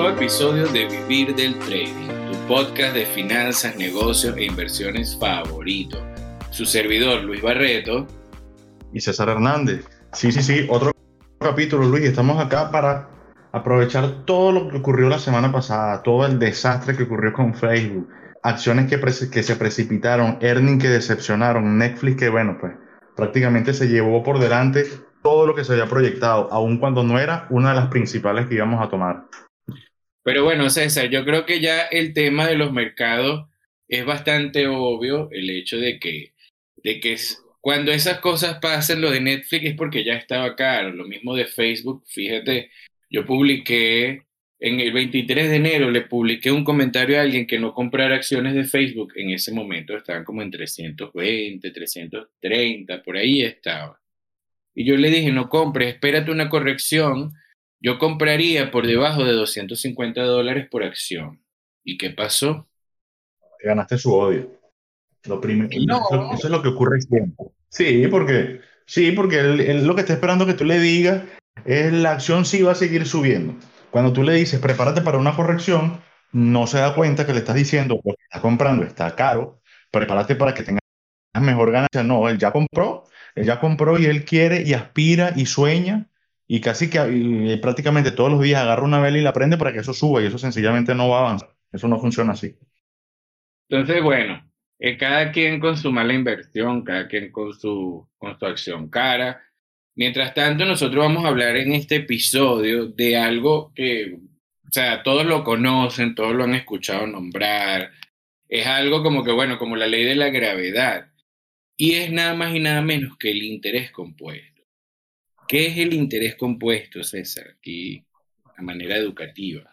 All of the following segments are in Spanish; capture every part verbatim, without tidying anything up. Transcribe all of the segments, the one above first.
nuevo episodio de Vivir del Trading, tu podcast de finanzas, negocios e inversiones favorito. Su servidor, Luis Barreto. Y César Hernández. Sí, sí, sí, otro capítulo, Luis. Estamos acá para aprovechar todo lo que ocurrió la semana pasada, todo el desastre que ocurrió con Facebook, acciones que, pre- que se precipitaron, earnings que decepcionaron, Netflix que, bueno, pues prácticamente se llevó por delante todo lo que se había proyectado, aun cuando no era una de las principales que íbamos a tomar. Pero bueno, César, yo creo que ya el tema de los mercados es bastante obvio, el hecho de que, de que es- cuando esas cosas pasan, lo de Netflix es porque ya estaba caro. Lo mismo de Facebook, fíjate, yo publiqué en el veintitrés de enero, le publiqué un comentario a alguien que no comprara acciones de Facebook. En ese momento estaban como en trescientos veinte, trescientos treinta, por ahí estaba. Y yo le dije, no compres, espérate una corrección. Yo compraría por debajo de doscientos cincuenta dólares por acción. ¿Y qué pasó? Ganaste su odio. Lo prim- eso, No. eso es lo que ocurre siempre. Sí, porque, sí, porque él, él lo que está esperando que tú le digas es la acción sí va a seguir subiendo. Cuando tú le dices prepárate para una corrección, no se da cuenta que le estás diciendo lo que está comprando está caro, prepárate para que tengas mejor ganancia. No, él ya compró, él ya compró y él quiere y aspira y sueña y casi que y prácticamente todos los días agarra una vela y la prende para que eso suba y eso sencillamente no va a avanzar. Eso no funciona así. Entonces, bueno, eh, cada quien con su mala inversión, cada quien con su, con su acción cara. Mientras tanto, nosotros vamos a hablar en este episodio de algo que, o sea, todos lo conocen, todos lo han escuchado nombrar. Es algo como que, bueno, como la ley de la gravedad. Y es nada más y nada menos que el interés compuesto. ¿Qué es el interés compuesto, César? Aquí, de manera educativa.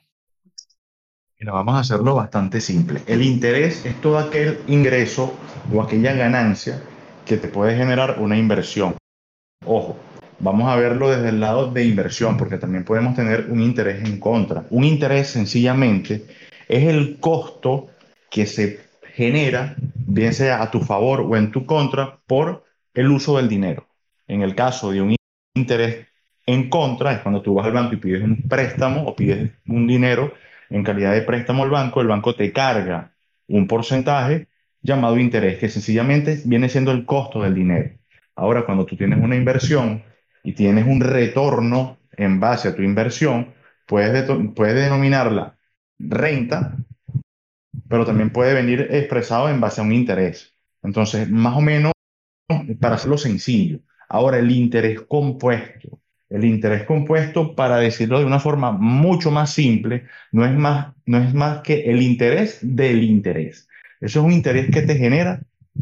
Mira, vamos a hacerlo bastante simple. El interés es todo aquel ingreso o aquella ganancia que te puede generar una inversión. Ojo, vamos a verlo desde el lado de inversión, porque también podemos tener un interés en contra. Un interés sencillamente es el costo que se genera, bien sea a tu favor o en tu contra, por el uso del dinero. En el caso de un interés en contra, es cuando tú vas al banco y pides un préstamo o pides un dinero en calidad de préstamo al banco, el banco te carga un porcentaje llamado interés, que sencillamente viene siendo el costo del dinero. Ahora, cuando tú tienes una inversión y tienes un retorno en base a tu inversión, puedes, de- puedes denominarla renta, pero también puede venir expresado en base a un interés. Entonces, más o menos, para hacerlo sencillo. Ahora, el interés compuesto. El interés compuesto, para decirlo de una forma mucho más simple, no es más, no es más que el interés del interés. Eso es un interés que te genera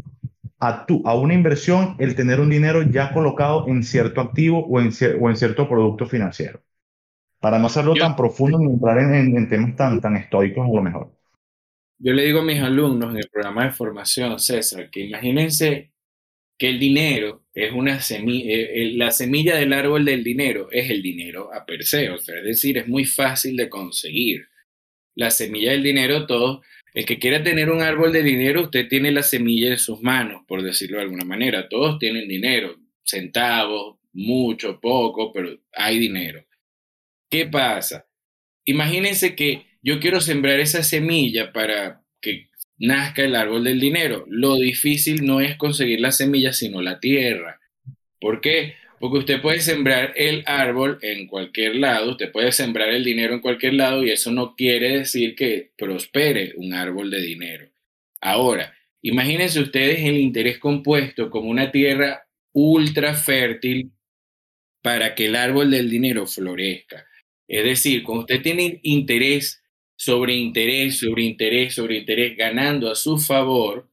a, tu, a una inversión el tener un dinero ya colocado en cierto activo o en, cier- o en cierto producto financiero. Para no hacerlo Yo, tan profundo ni entrar en, en- en temas tan, tan estoicos a lo mejor. yo le digo a mis alumnos en el programa de formación, César, que imagínense que el dinero es una semilla, la semilla del árbol del dinero es el dinero a per se, o sea, es decir, es muy fácil de conseguir. La semilla del dinero, todo, el que quiera tener un árbol de dinero, usted tiene la semilla en sus manos, por decirlo de alguna manera. Todos tienen dinero, centavos, mucho, poco, pero hay dinero. ¿Qué pasa? Imagínense que yo quiero sembrar esa semilla para que nazca el árbol del dinero. Lo difícil no es conseguir la semilla, sino la tierra. ¿Por qué? Porque usted puede sembrar el árbol en cualquier lado, usted puede sembrar el dinero en cualquier lado y eso no quiere decir que prospere un árbol de dinero. Ahora, imagínense ustedes el interés compuesto como una tierra ultra fértil para que el árbol del dinero florezca. Es decir, cuando usted tiene interés sobre interés, sobre interés, sobre interés, ganando a su favor,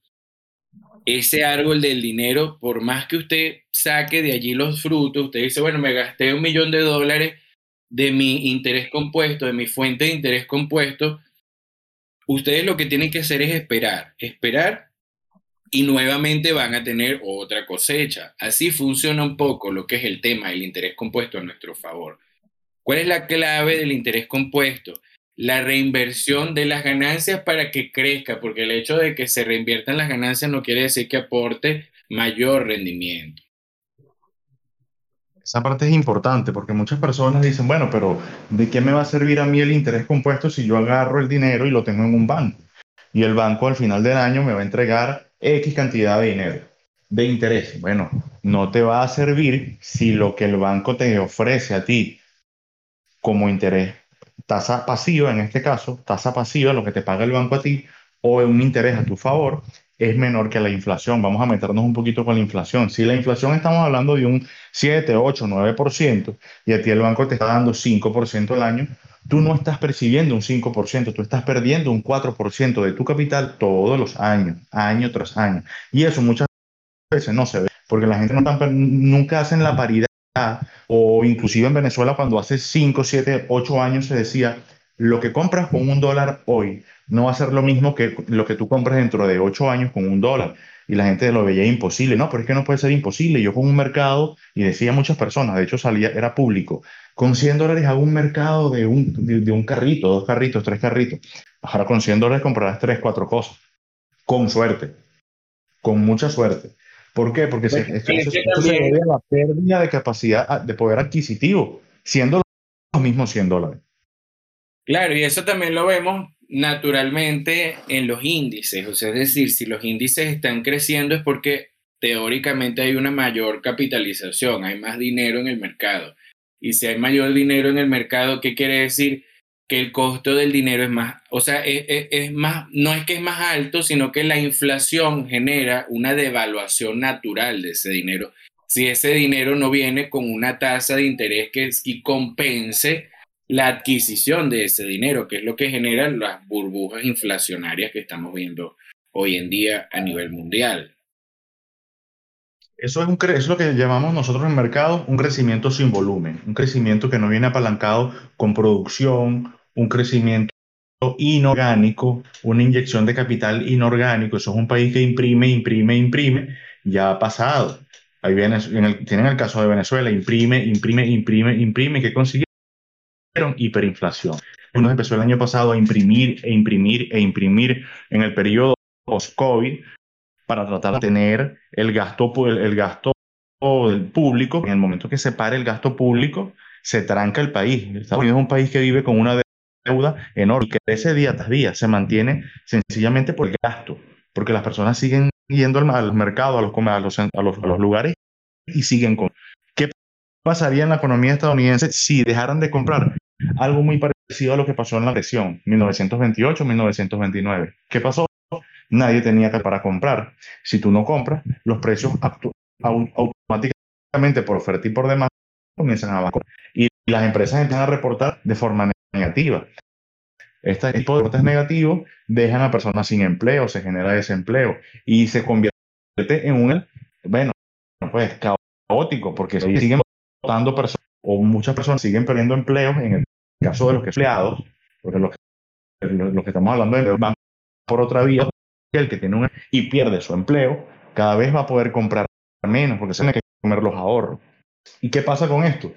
ese árbol del dinero, por más que usted saque de allí los frutos, usted dice, bueno, me gasté un millón de dólares de mi interés compuesto, de mi fuente de interés compuesto, ustedes lo que tienen que hacer es esperar, esperar y nuevamente van a tener otra cosecha. Así funciona un poco lo que es el tema del interés compuesto a nuestro favor. ¿Cuál es la clave del interés compuesto? La reinversión de las ganancias para que crezca, porque el hecho de que se reinviertan las ganancias no quiere decir que aporte mayor rendimiento. Esa parte es importante porque muchas personas dicen, bueno, pero ¿de qué me va a servir a mí el interés compuesto si yo agarro el dinero y lo tengo en un banco? Y el banco al final del año me va a entregar X cantidad de dinero de interés. Bueno, no te va a servir si lo que el banco te ofrece a ti como interés, tasa pasiva en este caso, tasa pasiva, lo que te paga el banco a ti, o un interés a tu favor, es menor que la inflación. Vamos a meternos un poquito con la inflación. Si la inflación estamos hablando de un siete, ocho, nueve por ciento y a ti el banco te está dando cinco por ciento al año, tú no estás percibiendo un cinco por ciento, tú estás perdiendo un cuatro por ciento de tu capital todos los años, año tras año. Y eso muchas veces no se ve, porque la gente no tan- nunca hacen la paridad, o inclusive en Venezuela cuando hace cinco siete ocho años se decía, lo que compras con un dólar hoy no va a ser lo mismo que lo que tú compras dentro de ocho años con un dólar. Y la gente lo veía imposible. No, pero es que no puede ser imposible. Yo con un mercado, y decía muchas personas, de hecho salía, era público, con cien dólares hago un mercado de un, de, de un carrito, dos carritos, tres carritos. Ahora con cien dólares comprarás tres, cuatro cosas, con suerte, con mucha suerte. ¿Por qué? Porque se- Bueno, esto, es eso, que esto se también, debe a la pérdida de capacidad, ah, de poder adquisitivo, siendo los mismos cien dólares. claro, y eso también lo vemos naturalmente en los índices, o sea, es decir, si los índices están creciendo es porque teóricamente hay una mayor capitalización, hay más dinero en el mercado. Y si hay mayor dinero en el mercado, ¿qué quiere decir? Que el costo del dinero es más, o sea, es, es- es más, no es que es más alto, sino que la inflación genera una devaluación natural de ese dinero. Si ese dinero no viene con una tasa de interés que, que compense la adquisición de ese dinero, que es lo que genera las burbujas inflacionarias que estamos viendo hoy en día a nivel mundial. Eso es, un, cre- es lo que llamamos nosotros en mercado un crecimiento sin volumen, un crecimiento que no viene apalancado con producción, un crecimiento inorgánico, una inyección de capital inorgánico. Eso es un país que imprime, imprime, imprime, ya ha pasado. Ahí viene, en el, tienen el caso de Venezuela, imprime, imprime, imprime, imprime, que consiguieron hiperinflación. Uno empezó el año pasado a imprimir e imprimir e imprimir en el periodo post-COVID para tratar de tener el gasto, pu- el, el gasto del público. En el momento que se pare el gasto público, se tranca el país. Estados Unidos es un país que vive con una deuda enorme y crece día tras día. Se mantiene sencillamente por el gasto, porque las personas siguen yendo al, al mercado, a los, come- a los, a los, a los lugares y siguen con. ¿Qué pasaría en la economía estadounidense si dejaran de comprar? Algo muy parecido a lo que pasó en la recesión, mil novecientos veintiocho, mil novecientos veintinueve. ¿Qué pasó? Nadie tenía que para comprar. Si tú no compras, los precios actu- au- automáticamente por oferta y por demanda comienzan a bajar. Y las empresas empiezan a reportar de forma negativa. Este tipo de reportes negativos dejan a personas sin empleo, se genera desempleo y se convierte en un, bueno, pues caótico, porque siguen votando personas o muchas personas siguen perdiendo empleos en el caso de los que empleados, porque los que, los que estamos hablando de van por otra vía, el que tiene un y pierde su empleo, cada vez va a poder comprar menos porque se tiene que comer los ahorros. ¿Y qué pasa con esto?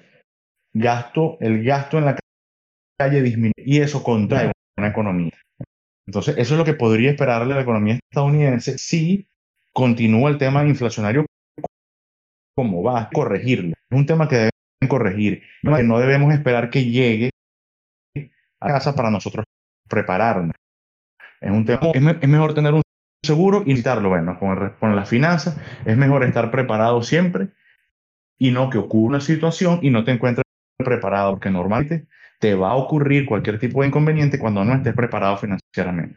Gasto, el gasto en la calle disminuye y eso contrae una economía. Entonces, eso es lo que podría esperarle a la economía estadounidense si continúa el tema inflacionario como va a corregirlo. Es un tema que deben corregir, que no debemos esperar que llegue a casa para nosotros prepararnos. Es un tema, es, me- es mejor tener un seguro y necesitarlo. Bueno, con, el con las finanzas es mejor estar preparado siempre y no que ocurra una situación y no te encuentres preparado, porque normalmente te va a ocurrir cualquier tipo de inconveniente cuando no estés preparado financieramente.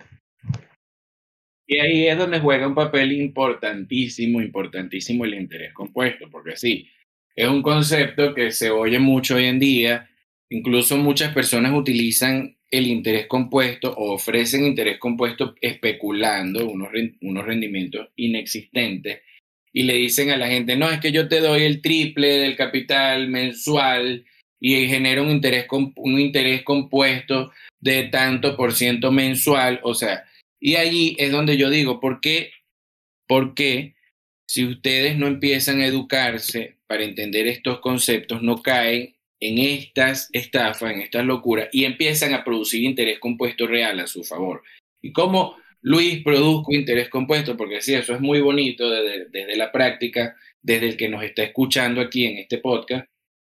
Y ahí es donde juega un papel importantísimo, importantísimo el interés compuesto, porque sí, es un concepto que se oye mucho hoy en día, incluso muchas personas utilizan el interés compuesto o ofrecen interés compuesto especulando unos, ren- unos rendimientos inexistentes y le dicen a la gente, no, es que yo te doy el triple del capital mensual y genera un interés, com- un interés compuesto de tanto por ciento mensual, o sea, y allí es donde yo digo, ¿por qué? ¿Por qué si ustedes no empiezan a educarse para entender estos conceptos, no caen en estas estafas, en estas locuras y empiezan a producir interés compuesto real a su favor? ¿Y cómo Luis produzco interés compuesto? Porque sí, eso es muy bonito desde, desde la práctica, desde el que nos está escuchando aquí en este podcast,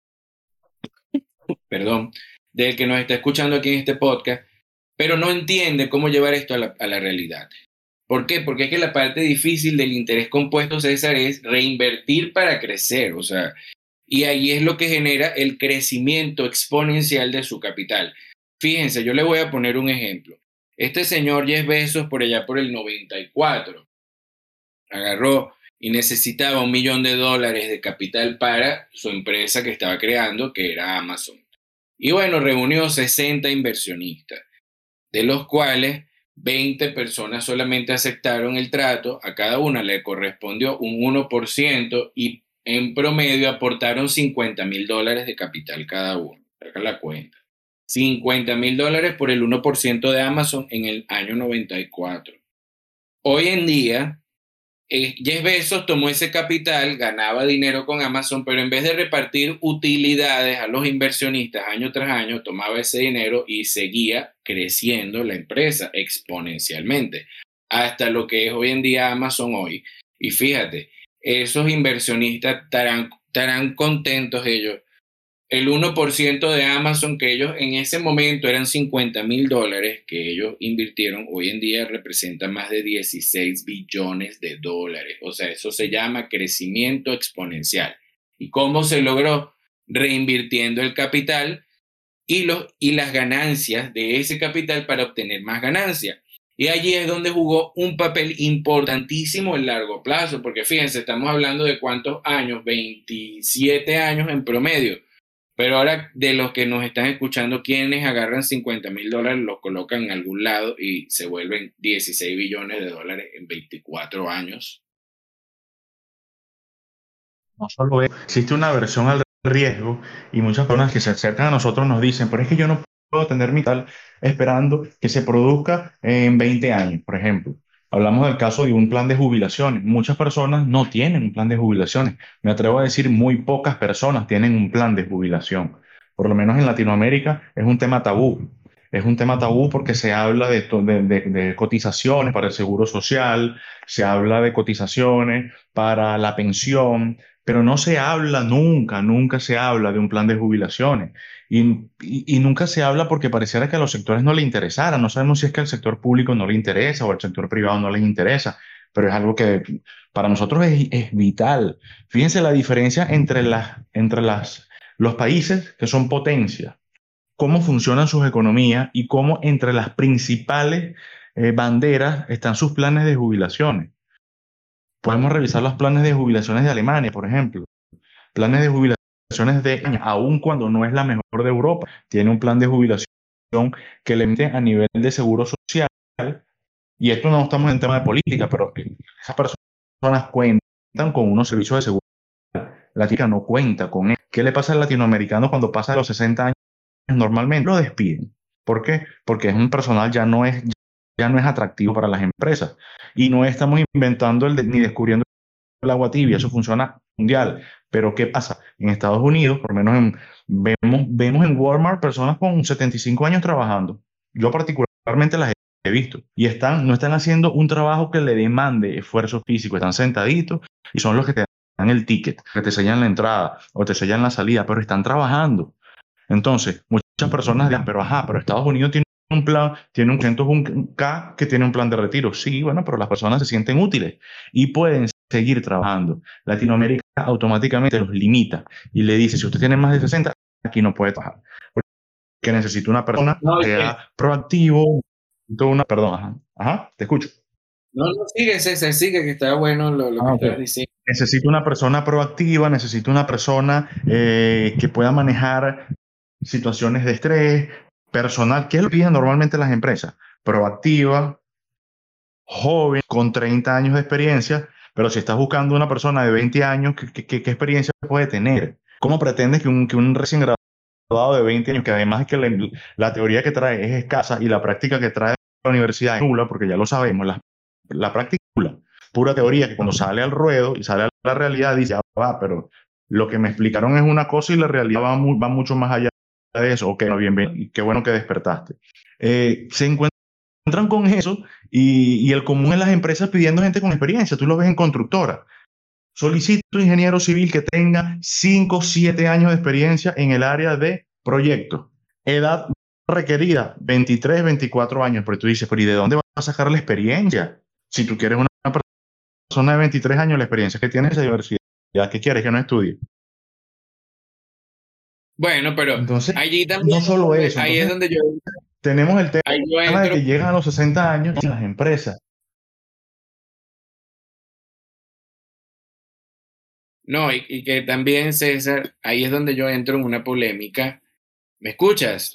perdón, del que nos está escuchando aquí en este podcast, pero no entiende cómo llevar esto a la, a la realidad. ¿Por qué? Porque es que la parte difícil del interés compuesto, César, es reinvertir para crecer, o sea, y ahí es lo que genera el crecimiento exponencial de su capital. Fíjense, yo le voy a poner un ejemplo. Este señor Jeff Bezos, por allá por el noventa y cuatro, agarró y necesitaba un millón de dólares de capital para su empresa que estaba creando, que era Amazon. Y bueno, reunió sesenta inversionistas, de los cuales veinte personas solamente aceptaron el trato, a cada una le correspondió un uno por ciento y en promedio aportaron cincuenta mil dólares de capital cada uno. Saca la cuenta. cincuenta mil dólares por el uno por ciento de Amazon en el año noventa y cuatro. Hoy en día, eh, Jeff Bezos tomó ese capital, ganaba dinero con Amazon, pero en vez de repartir utilidades a los inversionistas año tras año, tomaba ese dinero y seguía creciendo la empresa exponencialmente, hasta lo que es hoy en día Amazon hoy. Y fíjate, esos inversionistas estarán, estarán contentos ellos. El uno por ciento de Amazon, que ellos en ese momento eran cincuenta mil dólares que ellos invirtieron, hoy en día representa más de dieciséis billones de dólares. O sea, eso se llama crecimiento exponencial. ¿Y cómo se logró? Reinvirtiendo el capital y, los, y las ganancias de ese capital para obtener más ganancias. Y allí es donde jugó un papel importantísimo en largo plazo, porque fíjense, estamos hablando de cuántos años, veintisiete años en promedio. Pero ahora, de los que nos están escuchando, quienes agarran cincuenta mil dólares, los colocan en algún lado y se vuelven dieciséis billones de dólares en veinticuatro años. No solo eso, existe una aversión al riesgo y muchas personas que se acercan a nosotros nos dicen, pero es que yo no puedo tener mi tal esperando que se produzca en veinte años, por ejemplo. Hablamos del caso de un plan de jubilaciones. Muchas personas no tienen un plan de jubilaciones. Me atrevo a decir, muy pocas personas tienen un plan de jubilación. Por lo menos en Latinoamérica es un tema tabú. Es un tema tabú porque se habla de, de, de, de cotizaciones para el seguro social, se habla de cotizaciones para la pensión, pero no se habla nunca, nunca se habla de un plan de jubilaciones. Y, y, y nunca se habla porque pareciera que a los sectores no le interesara. No sabemos si es que al sector público no le interesa o al sector privado no les interesa, pero es algo que para nosotros es, es vital. Fíjense la diferencia entre, las, entre las, los países que son potencias, cómo funcionan sus economías y cómo entre las principales eh, banderas están sus planes de jubilaciones. Podemos revisar los planes de jubilaciones de Alemania, por ejemplo. Planes de jubilaciones de España, aun cuando no es la mejor de Europa, tiene un plan de jubilación que le mete a nivel de seguro social. Y esto no estamos en tema de política, pero esas personas cuentan con unos servicios de seguridad. La tica no cuenta con él. ¿Qué le pasa al latinoamericano cuando pasa de los sesenta años? Normalmente lo despiden. ¿Por qué? Porque es un personal ya no es, ya no es atractivo para las empresas. Y no estamos inventando el de, ni descubriendo el agua tibia, eso funciona mundial. Pero ¿qué pasa? En Estados Unidos, por lo menos en, vemos, vemos en Walmart personas con setenta y cinco años trabajando. Yo particularmente las he visto. Y están, no están haciendo un trabajo que le demande esfuerzo físico, están sentaditos y son los que te dan el ticket, que te sellan la entrada o te sellan la salida, pero están trabajando. Entonces, muchas personas dirán, pero ajá, pero Estados Unidos tiene un plan, tiene un ciento uno K que tiene un plan de retiro. Sí, bueno, pero las personas se sienten útiles y pueden seguir trabajando. Latinoamérica automáticamente los limita y le dice, si usted tiene más de sesenta, aquí no puede trabajar. Porque necesita una persona No, que sea sí. proactivo, una, perdón, ajá, ajá, te escucho. No, no, sigue, César, sigue, que está bueno lo, lo Ah, que okay. estás diciendo. Necesito una persona proactiva, necesito una persona eh, que pueda manejar situaciones de estrés personal. ¿Qué es lo que piden normalmente las empresas? Proactiva, joven, con treinta años de experiencia, pero si estás buscando una persona de veinte años, ¿qué, qué, qué experiencia puede tener? ¿Cómo pretendes que un, que un recién graduado de veinte años, que además es que la, la teoría que trae es escasa y la práctica que trae la universidad es nula, porque ya lo sabemos, la, la práctica es nula, pura teoría que cuando sale al ruedo y sale a la realidad dice, ah, va, pero lo que me explicaron es una cosa y la realidad va, muy, va mucho más allá de eso. Ok, bien, bien, qué bueno que despertaste. Eh, se encuentran con eso y, y el común en las empresas pidiendo gente con experiencia. Tú lo ves en constructora. Solicito ingeniero civil que tenga cinco o siete años de experiencia en el área de Proyecto. Edad requerida, veintitrés, veinticuatro años. Pero tú dices, pero ¿y de dónde vas a sacar la experiencia? Si tú quieres una persona de veintitrés años, la experiencia que tienes esa diversidad, ¿qué quieres que no estudie? Bueno, pero Entonces, allí también no es solo donde, eso. ahí es Entonces, donde yo, tenemos el ahí yo tema de entro. que llegan a los sesenta años y las empresas. No, y, y que también, César, ahí es donde yo entro en una polémica. ¿Me escuchas?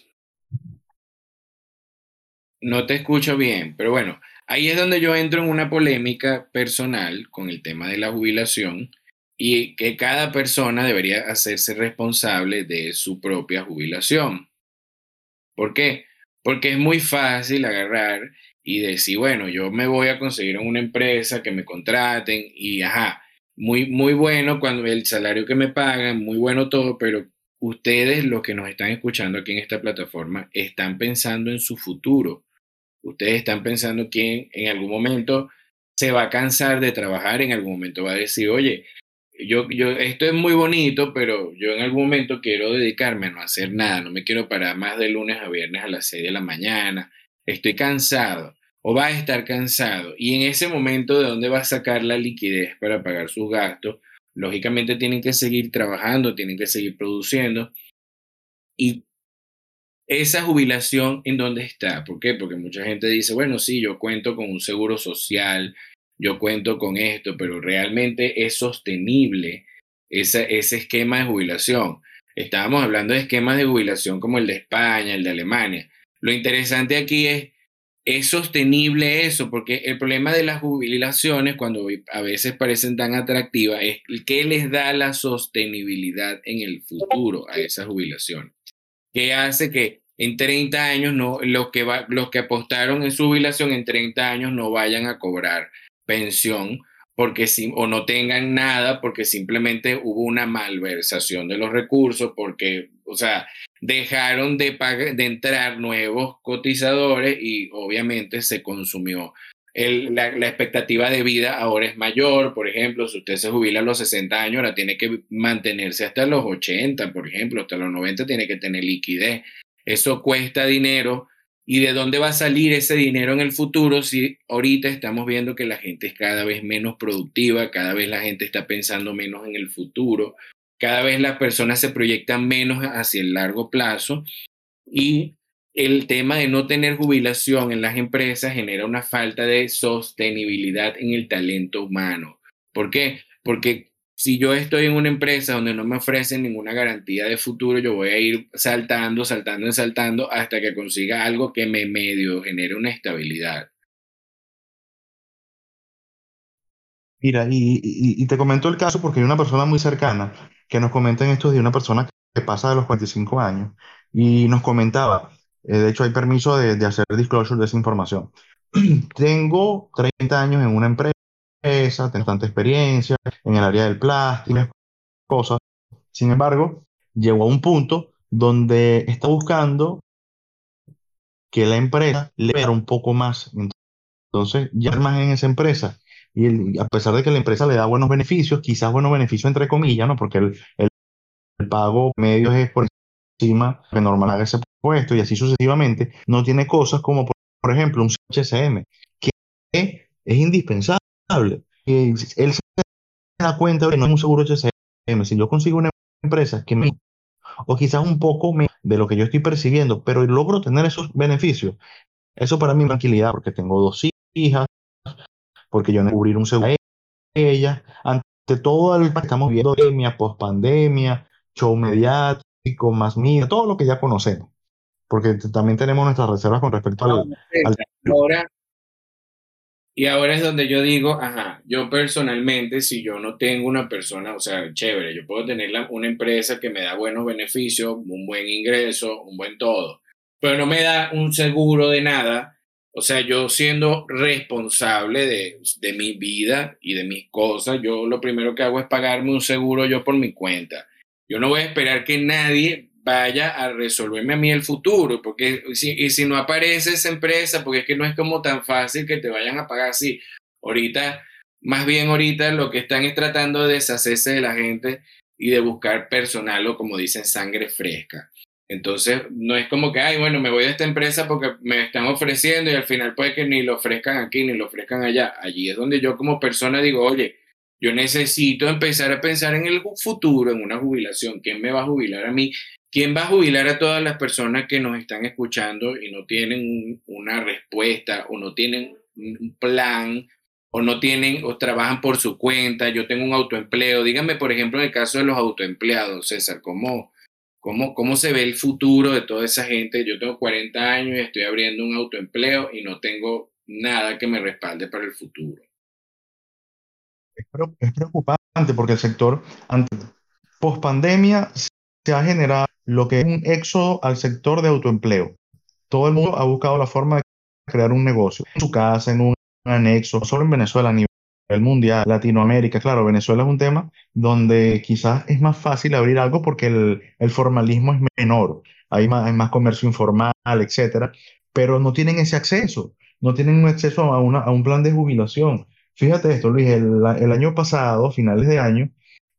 No te escucho bien, pero bueno, ahí es donde yo entro en una polémica personal con el tema de la jubilación y que cada persona debería hacerse responsable de su propia jubilación. ¿Por qué? Porque es muy fácil agarrar y decir, bueno, yo me voy a conseguir en una empresa que me contraten y, ajá, muy, muy bueno cuando el salario que me pagan, muy bueno todo, pero ustedes, los que nos están escuchando aquí en esta plataforma, están pensando en su futuro. Ustedes están pensando quién en algún momento se va a cansar de trabajar, en algún momento va a decir, oye, yo, yo, esto es muy bonito, pero yo en algún momento quiero dedicarme a no hacer nada, no me quiero parar más de lunes a viernes a las seis de la mañana, estoy cansado o va a estar cansado. Y en ese momento, ¿de dónde va a sacar la liquidez para pagar sus gastos? Lógicamente tienen que seguir trabajando, tienen que seguir produciendo. Y esa jubilación, ¿en dónde está? ¿Por qué? Porque mucha gente dice, bueno, sí, yo cuento con un seguro social, yo cuento con esto, pero realmente es sostenible esa- ese esquema de jubilación. Estábamos hablando de esquemas de jubilación como el de España, el de Alemania. Lo interesante aquí es, ¿es sostenible eso? Porque el problema de las jubilaciones, cuando a veces parecen tan atractivas, es qué les da la sostenibilidad en el futuro a esa jubilación, que hace que en treinta años no, los que, va, los que apostaron en su jubilación en treinta años no vayan a cobrar pensión porque si, o no tengan nada porque simplemente hubo una malversación de los recursos, porque, o sea, dejaron de, pagar, de entrar nuevos cotizadores y obviamente se consumió. El, la, la, expectativa de vida ahora es mayor. Por ejemplo, si usted se jubila a los sesenta años, ahora tiene que mantenerse hasta los ochenta, por ejemplo, hasta los noventa tiene que tener liquidez. Eso cuesta dinero. ¿Y de dónde va a salir ese dinero en el futuro si ahorita estamos viendo que la gente es cada vez menos productiva, cada vez la gente está pensando menos en el futuro, cada vez las personas se proyectan menos hacia el largo plazo? Y el tema de no tener jubilación en las empresas genera una falta de sostenibilidad en el talento humano. ¿Por qué? Porque si yo estoy en una empresa donde no me ofrecen ninguna garantía de futuro, yo voy a ir saltando, saltando y saltando hasta que consiga algo que me medio genere una estabilidad. Mira, y, y- y te comento el caso porque hay una persona muy cercana que nos comenta en estos días, una persona que pasa de los cuarenta y cinco años y nos comentaba, eh, de hecho hay permiso de, de hacer disclosure de esa información. Tengo treinta años en una empresa, tengo tanta experiencia en el área del plástico, cosas. Sin embargo, llegó a un punto donde está buscando que la empresa le dé un poco más. Entonces, ya más en esa empresa. Y el- a pesar de que la empresa le da buenos beneficios, quizás buenos beneficios entre comillas, ¿no? Porque el, el- el pago medio es por encima que normal haga ese puesto y así sucesivamente, no tiene cosas como, por, por ejemplo, un H C M, que es indispensable. Y él se da cuenta de que no es un seguro H C M. Si yo consigo una empresa que me, o quizás un poco menos de lo que yo estoy percibiendo, pero logro tener esos beneficios, eso para mí es tranquilidad, porque tengo dos hijas, porque yo necesito cubrir un seguro a ellas, ante todo el que estamos viendo, pandemia, pospandemia, show mediático, más media, todo lo que ya conocemos, porque t- también tenemos nuestras reservas con respecto No, al, no, al César, ahora, y ahora es donde yo digo, ajá, yo personalmente, si yo no tengo una persona, o sea, chévere, yo puedo tener la- una empresa que me da buenos beneficios, un buen ingreso, un buen todo, pero no me da un seguro de nada. O sea, yo siendo responsable de, de mi vida y de mis cosas, yo lo primero que hago es pagarme un seguro yo por mi cuenta. Yo no voy a esperar que nadie vaya a resolverme a mí el futuro, porque si, y si no aparece esa empresa, porque es que no es como tan fácil que te vayan a pagar así. Ahorita, más bien ahorita lo que están es tratando de deshacerse de la gente y de buscar personal o como dicen, sangre fresca. Entonces, no es como que, ay, bueno, me voy de esta empresa porque me están ofreciendo y al final puede que ni lo ofrezcan aquí ni lo ofrezcan allá. Allí es donde yo como persona digo, oye, yo necesito empezar a pensar en el futuro, en una jubilación. ¿Quién me va a jubilar a mí? ¿Quién va a jubilar a todas las personas que nos están escuchando y no tienen una respuesta o no tienen un plan o no tienen o trabajan por su cuenta? Yo tengo un autoempleo. Dígame, por ejemplo, en el caso de los autoempleados, César, ¿cómo? ¿Cómo, cómo se ve el futuro de toda esa gente? Yo tengo cuarenta años y estoy abriendo un autoempleo y no tengo nada que me respalde para el futuro. Es, pre- es preocupante porque el sector, ante, post pandemia, se ha generado lo que es un éxodo al sector de autoempleo. Todo el mundo ha buscado la forma de crear un negocio en su casa, en un anexo, no solo en Venezuela, a nivel mundial, Latinoamérica. Claro, Venezuela es un tema donde quizás es más fácil abrir algo porque el, el formalismo es menor, hay más, hay más comercio informal, etcétera, pero no tienen ese acceso, no tienen un acceso a, una- a un plan de jubilación. Fíjate esto, Luis, el, el año pasado, finales de año,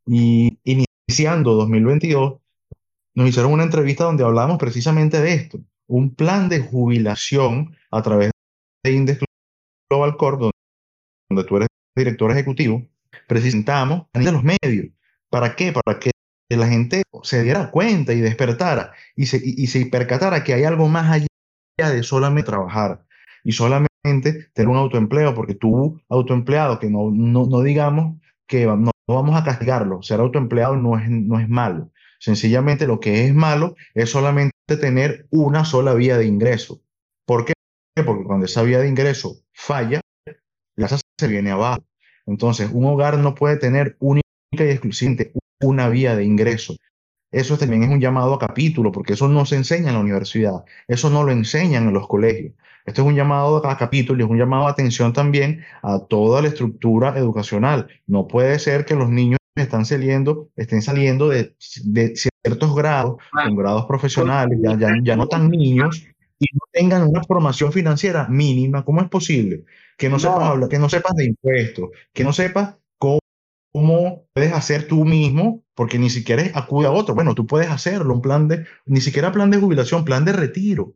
y iniciando dos mil veintidós, nos hicieron una entrevista donde hablábamos precisamente de esto, un plan de jubilación a través de Index Global Corp, donde, donde tú eres director ejecutivo, presentamos a nivel de los medios. ¿Para qué? Para que la gente se diera cuenta y despertara y se, y, y se percatara que hay algo más allá de solamente trabajar y solamente tener un autoempleo, porque tú, autoempleado, que no, no, no digamos que no, no vamos a castigarlo, ser autoempleado no es, no es malo. Sencillamente lo que es malo es solamente tener una sola vía de ingreso. ¿Por qué? Porque cuando esa vía de ingreso falla, la casa se viene abajo. Entonces, un hogar no puede tener única y exclusivamente una vía de ingreso. Eso también es un llamado a capítulo, porque eso no se enseña en la universidad, eso no lo enseñan en los colegios. Esto es un llamado a capítulo y es un llamado a atención también a toda la estructura educacional. No puede ser que los niños están saliendo, estén saliendo de, de ciertos grados, Ah, con grados profesionales, ya, ya, considera ya no tú- tan niños, y no tengan una formación financiera mínima. ¿Cómo es posible? Que no sepas no, hablar, que no sepas de impuestos, que no sepas cómo cómo puedes hacer tú mismo, porque ni siquiera es acude a otro. Bueno, tú puedes hacerlo, un plan de, ni siquiera plan de jubilación, plan de retiro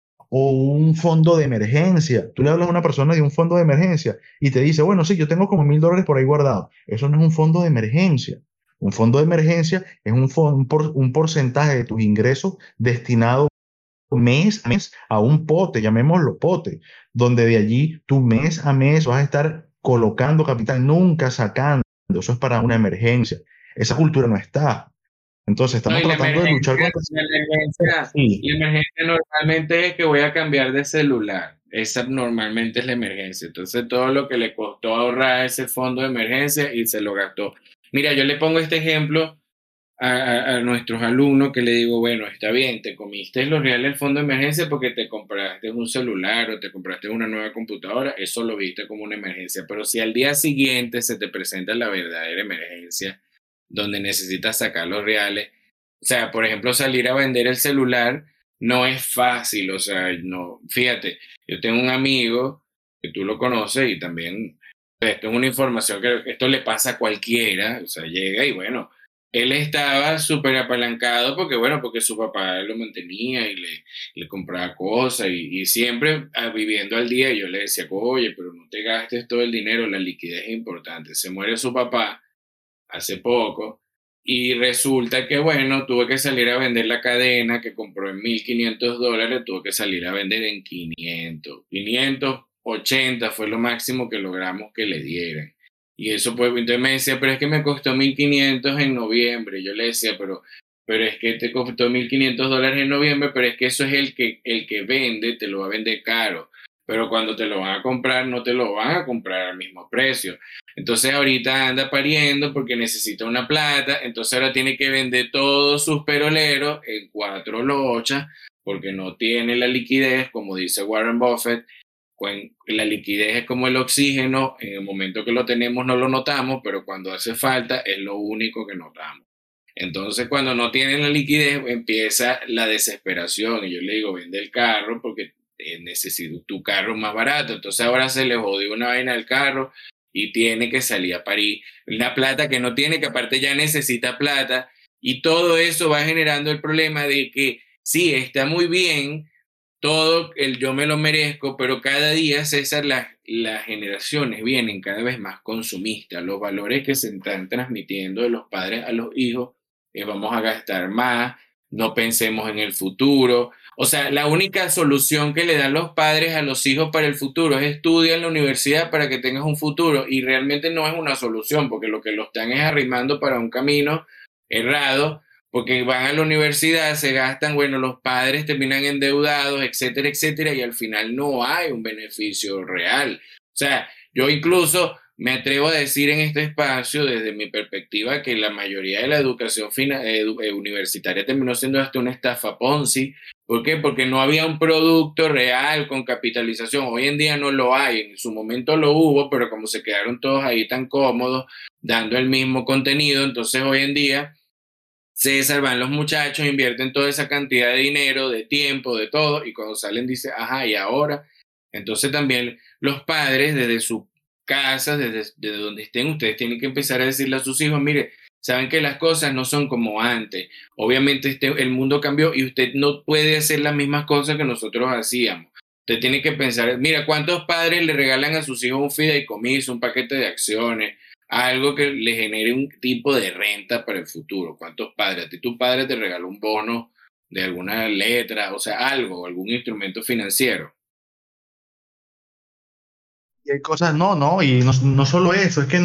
o un fondo de emergencia. Tú le hablas a una persona de un fondo de emergencia y te dice, bueno, sí, yo tengo como mil dólares por ahí guardados. Eso no es un fondo de emergencia. Un fondo de emergencia es un, fon- un, por- un porcentaje de tus ingresos destinado mes a mes a un pote, llamémoslo pote, donde de allí tú mes a mes vas a estar colocando capital, nunca sacando. Eso es para una emergencia. Esa cultura no está. Entonces no, estamos y la tratando de luchar emergencia, contra la eso. emergencia, Sí, la emergencia normalmente es que voy a cambiar de celular. Esa normalmente es la emergencia. Entonces, todo lo que le costó ahorrar ese fondo de emergencia y se lo gastó. Mira, yo le pongo este ejemplo a, a- a nuestros alumnos que le digo, bueno, está bien, te comiste los reales del fondo de emergencia porque te compraste un celular o te compraste una nueva computadora, eso lo viste como una emergencia, pero si al día siguiente se te presenta la verdadera emergencia donde necesitas sacar los reales, o sea, por ejemplo, salir a vender el celular no es fácil, o sea, no, fíjate, yo tengo un amigo que tú lo conoces y también esto es una información que esto le pasa a cualquiera, o sea, llega y bueno, él estaba súper apalancado porque, bueno, porque su papá lo mantenía y le, le compraba cosas y, y siempre ah, viviendo al día. Y yo le decía, oye, pero no te gastes todo el dinero, la liquidez es importante. Se muere su papá hace poco y resulta que, bueno, tuve que salir a vender la cadena que compró en mil quinientos dólares, tuve que salir a vender en quinientos quinientos ochenta fue lo máximo que logramos que le dieran. Y eso pues, entonces me decía, pero es que me costó mil quinientos en noviembre. Yo le decía, pero, pero es que te costó mil quinientos dólares en noviembre, pero es que eso es el que, el que vende, te lo va a vender caro. Pero cuando te lo van a comprar, no te lo van a comprar al mismo precio. Entonces ahorita anda pariendo porque necesita una plata, entonces ahora tiene que vender todos sus peroleros en cuatro lochas porque no tiene la liquidez, como dice Warren Buffett. La liquidez es como el oxígeno, en el momento que lo tenemos no lo notamos, pero cuando hace falta es lo único que notamos. Entonces cuando no tienen la liquidez empieza la desesperación y yo le digo, vende el carro porque eh, necesito tu carro más barato. Entonces ahora se le jodió una vaina del carro y tiene que salir a París. Una plata que no tiene, que aparte ya necesita plata y todo eso va generando el problema de que sí, está muy bien todo el yo me lo merezco, pero cada día, César, las, las generaciones vienen cada vez más consumistas. Los valores que se están transmitiendo de los padres a los hijos es vamos a gastar más, no pensemos en el futuro. O sea, la única solución que le dan los padres a los hijos para el futuro es estudia en la universidad para que tengas un futuro y realmente no es una solución porque lo que lo están es arrimando para un camino errado porque van a la universidad, se gastan, bueno, los padres terminan endeudados, etcétera, etcétera, y al final no hay un beneficio real. O sea, yo incluso me atrevo a decir en este espacio, desde mi perspectiva, que la mayoría de la educación fina, edu, eh, universitaria terminó siendo hasta una estafa Ponzi. ¿Por qué? Porque no había un producto real con capitalización. Hoy en día no lo hay. En su momento lo hubo, pero como se quedaron todos ahí tan cómodos, dando el mismo contenido, entonces hoy en día César, van los muchachos, invierten toda esa cantidad de dinero, de tiempo, de todo, y cuando salen dice, ajá, ¿y ahora? Entonces también los padres desde su casa, desde, desde donde estén, ustedes tienen que empezar a decirle a sus hijos, mire, saben que las cosas no son como antes. Obviamente este, el mundo cambió y usted no puede hacer las mismas cosas que nosotros hacíamos. Usted tiene que pensar, mira, ¿cuántos padres le regalan a sus hijos un fideicomiso, un paquete de acciones? Algo que le genere un tipo de renta para el futuro. ¿Cuántos padres? A ti tu padre te regaló un bono de alguna letra, o sea, algo, algún instrumento financiero. Y hay cosas, no, no, y no, no solo eso, es que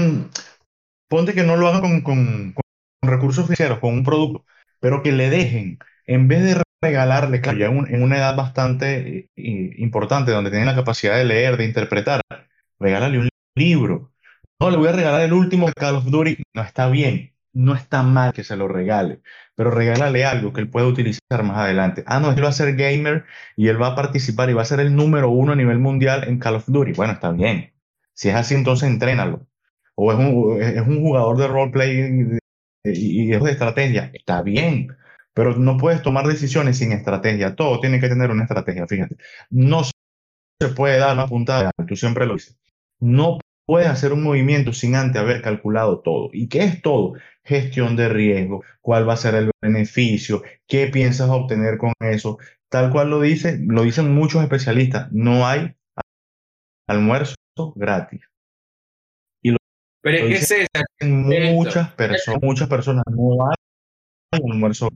ponte que no lo hagan con, con, con recursos financieros, con un producto, pero que le dejen, en vez de regalarle, claro, ya en, un- en una edad bastante eh, importante, donde tienen la capacidad de leer, de interpretar, regálale un libro. No, le voy a regalar el último de Call of Duty. No está bien, no está mal que se lo regale, pero regálale algo que él pueda utilizar más adelante. Ah, no, él va a ser gamer y él va a participar y va a ser el número uno a nivel mundial en Call of Duty. Bueno, está bien. Si es así, entonces entrénalo. O es un, es un jugador de roleplay y, y es de estrategia. Está bien, pero no puedes tomar decisiones sin estrategia. Todo tiene que tener una estrategia, fíjate. No se puede dar una puntada, tú siempre lo dices. No puedes hacer un movimiento sin antes haber calculado todo. ¿Y qué es todo? Gestión de riesgo, cuál va a ser el beneficio, qué piensas obtener con eso. Tal cual lo dice, lo dicen muchos especialistas, no hay almuerzo gratis. Y lo, Pero lo es que dicen César, esto, muchas personas, muchas personas, no hay almuerzo.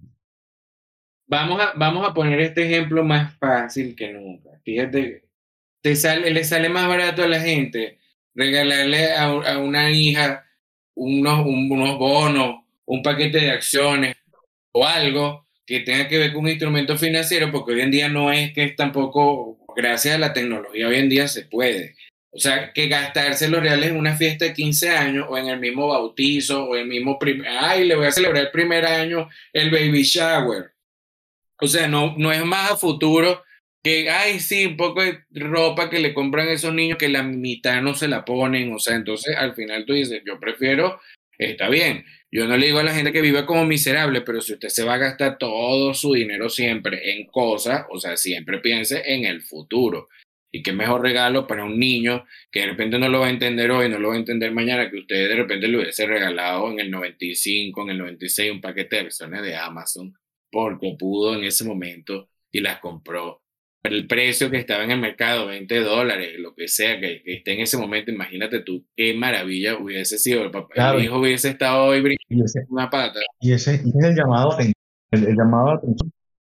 vamos a, vamos a poner este ejemplo más fácil que nunca. Fíjate, te sale, le sale más barato a la gente regalarle a, a una hija unos, un- unos bonos, un paquete de acciones o algo que tenga que ver con un instrumento financiero, porque hoy en día no es que es tampoco, gracias a la tecnología, hoy en día se puede. O sea, que gastarse los reales en una fiesta de quince años o en el mismo bautizo o el mismo primer, ay, le voy a celebrar el primer año, el baby shower. O sea, no, no es más a futuro que, ay, sí, un poco de ropa que le compran a esos niños que la mitad no se la ponen. O sea, entonces al final tú dices, yo prefiero, está bien. Yo no le digo a la gente que viva como miserable, pero si usted se va a gastar todo su dinero siempre en cosas, o sea, siempre piense en el futuro. Y qué mejor regalo para un niño que de repente no lo va a entender hoy, no lo va a entender mañana, que usted de repente le hubiese regalado en el noventa y cinco, en el noventa y seis, un paquete de versiones de Amazon porque pudo en ese momento y las compró. Pero el precio que estaba en el mercado, veinte dólares, lo que sea que, que esté en ese momento, imagínate tú qué maravilla hubiese sido. El, papá, el Claro, hijo hubiese estado hoy brincando y ese, una pata. y ese, ese es el llamado a atención. El, el llamado a atención,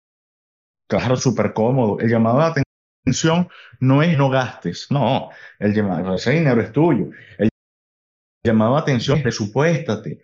claro, súper cómodo. El llamado a atención no es no gastes, no. El llamado, ese dinero es tuyo. El llamado a atención es presupuéstate.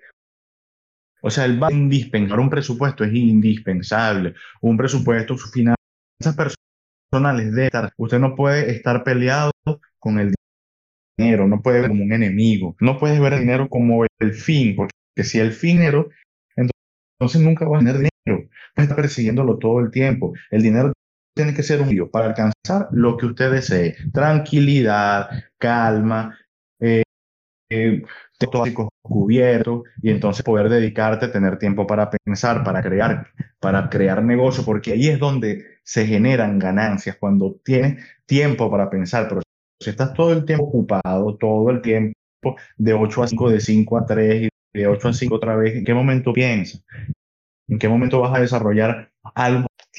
O sea, el va indispensable, un presupuesto es indispensable. Un presupuesto, sus finanzas personales de estar. Usted no puede estar peleado con el dinero, no puede verlo como un enemigo, no puedes ver el dinero como el fin, porque si el fin es dinero, entonces nunca vas a tener dinero, vas a estar persiguiéndolo todo el tiempo. El dinero tiene que ser un medio para alcanzar lo que usted desee, tranquilidad, calma, eh, eh, todo básico cubierto y entonces poder dedicarte, tener tiempo para pensar, para crear, para crear negocio, porque ahí es donde se generan ganancias, cuando tienes tiempo para pensar, pero si estás todo el tiempo ocupado, todo el tiempo de ocho a cinco, de cinco a tres y de ocho a cinco otra vez, ¿en qué momento piensas? ¿En qué momento vas a desarrollar algo?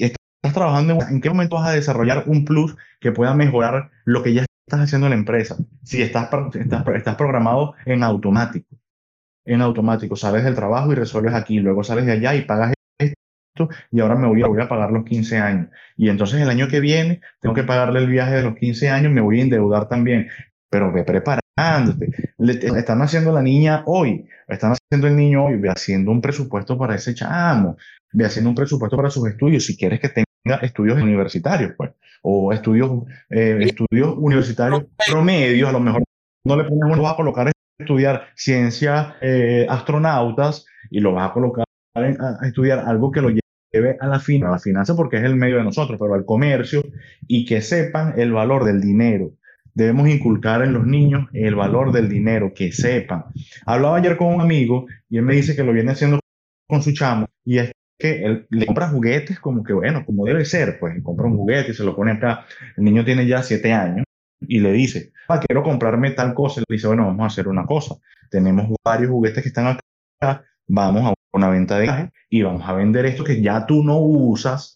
estás trabajando, en, en qué momento vas a desarrollar un plus que pueda mejorar lo que ya estás haciendo en la empresa. Si estás, estás, estás programado en automático, en automático, sales del trabajo y resuelves aquí, luego sales de allá y pagas esto, y ahora me voy a, voy a pagar los quince años. Y entonces el año que viene tengo que pagarle el viaje de los quince años, me voy a endeudar también. Pero ve preparándote. Le, te- están haciendo la niña hoy, están haciendo el niño hoy, ve haciendo un presupuesto para ese chamo, ve haciendo un presupuesto para sus estudios, si quieres que tenga estudios universitarios, pues, o estudios, eh, estudios universitarios promedios, a lo mejor no le pones uno, vas a colocar a estudiar ciencias, eh, astronautas, y lo vas a colocar en- a, a estudiar algo que lo lleve a la, fin, a la finanza, porque es el medio de nosotros, pero al comercio, y que sepan el valor del dinero. Debemos inculcar en los niños el valor del dinero, que sepan. Hablaba ayer con un amigo y él me dice que lo viene haciendo con su chamo, y es que él le compra juguetes como que, bueno, como debe ser, pues compra un juguete y se lo pone acá. El niño tiene ya siete años y le dice, ah, quiero comprarme tal cosa. Le dice, bueno, vamos a hacer una cosa. Tenemos varios juguetes que están acá, vamos a una venta de viaje y vamos a vender esto que ya tú no usas,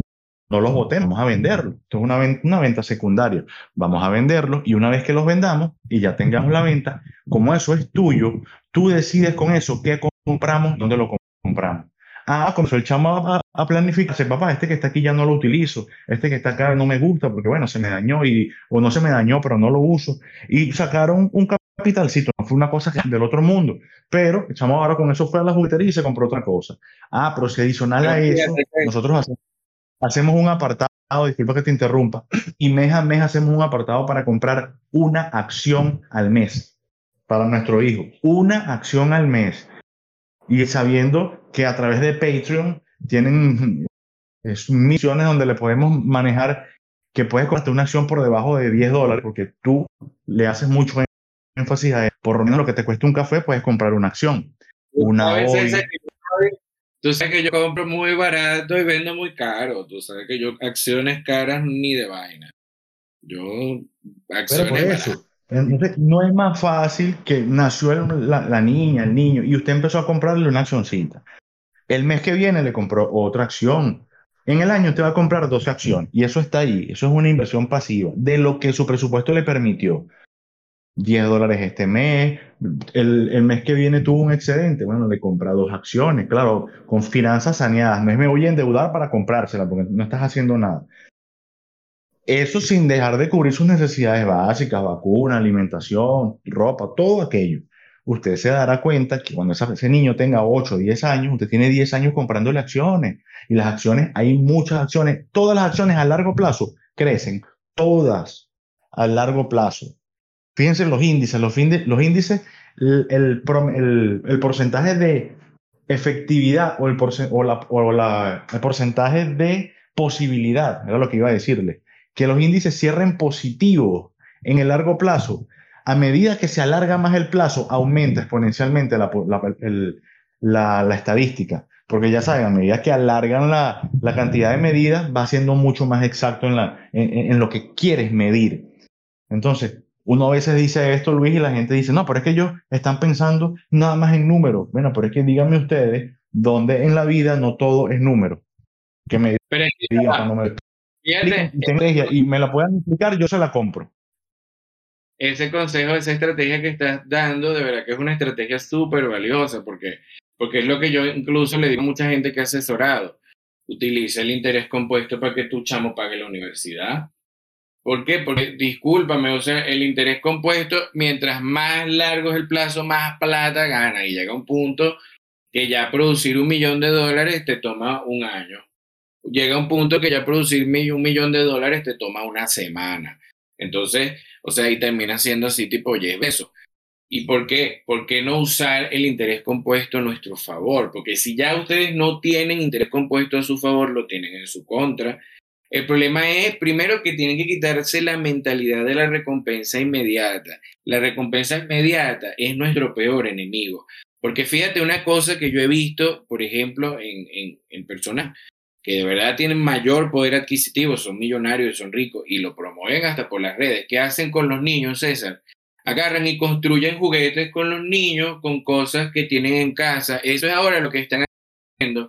no los botemos, vamos a venderlos. Esto es una, ven- una venta secundaria. Vamos a venderlos, y una vez que los vendamos y ya tengamos la venta, como eso es tuyo, tú decides con eso qué compramos, dónde lo compramos. Ah, comenzó el chamo a, a planificarse, papá, este que está aquí ya no lo utilizo, este que está acá no me gusta porque, bueno, se me dañó, y, o no se me dañó, pero no lo uso. Y sacaron un capitalcito, no fue una cosa del otro mundo, pero el chamo ahora con eso fue a la juguetería y se compró otra cosa. Ah, pero si adicional Pero a eso, fíjate que nosotros hacemos hacemos un apartado, disculpa que te interrumpa, y mes a mes hacemos un apartado para comprar una acción al mes para nuestro hijo. Una acción al mes. Y sabiendo que a través de Patreon tienen es, misiones donde le podemos manejar que puedes comprarte una acción por debajo de diez dólares, porque tú le haces mucho énfasis a él. Por lo menos lo que te cuesta un café, puedes comprar una acción. tú Una sabes, César, hoy. que yo soy- tú sabes que yo compro muy barato y vendo muy caro. Tú sabes que yo acciones caras ni de vaina. Yo Pero por acciones baratas. eso, entonces no es más fácil que nació el- la, la niña, el niño, y usted empezó a comprarle una accioncita. El mes que viene le compró otra acción. En el año te va a comprar doce acciones, y eso está ahí. Eso es una inversión pasiva de lo que su presupuesto le permitió. Diez dólares este mes, el, el mes que viene tuvo un excedente, bueno, le compra dos acciones, claro, con finanzas saneadas. No es me voy a endeudar para comprársela porque no estás haciendo nada. Eso sin dejar de cubrir sus necesidades básicas, vacuna, alimentación, ropa, todo aquello. Usted se dará cuenta que cuando esa- ese niño tenga ocho o diez años, usted tiene diez años comprándole acciones. Y las acciones, hay muchas acciones, todas las acciones a largo plazo crecen, todas a largo plazo. Fíjense en los índices, los, finde- los índices, el, el prom- el- el porcentaje de efectividad, o, el, porce- o la- o la- el porcentaje de posibilidad, era lo que iba a decirle, que los índices cierren positivos en el largo plazo. A medida que se alarga más el plazo, aumenta exponencialmente la, po- la- el- la- la estadística. Porque ya saben, a medida que alargan la, la cantidad de medidas, va siendo mucho más exacto en, la, en en- en lo que quieres medir. Entonces, uno a veces dice esto, Luis, y la gente dice, no, pero es que ellos están pensando nada más en números. Bueno, pero es que díganme ustedes, dónde en la vida no todo es número. Que me Pero es que, digan, ah, cuando me explican fíjate, y tengo estrategia y me la puedan explicar, yo se la compro. ese consejo, esa estrategia que estás dando, de verdad que es una estrategia súper valiosa, porque, porque es lo que yo incluso le digo a mucha gente que ha asesorado. Utiliza el interés compuesto para que tu chamo pague la universidad. ¿Por qué? Porque, discúlpame, o sea, el interés compuesto, mientras más largo es el plazo, más plata gana. Y llega un punto que ya producir un millón de dólares te toma un año. Llega un punto que ya producir mi- un millón de dólares te toma una semana. Entonces, o sea, y termina siendo así tipo, oye, eso. ¿Y por qué? ¿Por qué no usar el interés compuesto a nuestro favor? Porque si ya ustedes no tienen interés compuesto a su favor, lo tienen en su contra. El problema es, primero, que tienen que quitarse la mentalidad de la recompensa inmediata. La recompensa inmediata es nuestro peor enemigo. Porque fíjate una cosa que yo he visto, por ejemplo, en, en, en personas que de verdad tienen mayor poder adquisitivo, son millonarios, son ricos y lo promueven hasta por las redes. ¿Qué hacen con los niños, César? Agarran y construyen juguetes con los niños, con cosas que tienen en casa. Eso es ahora lo que están haciendo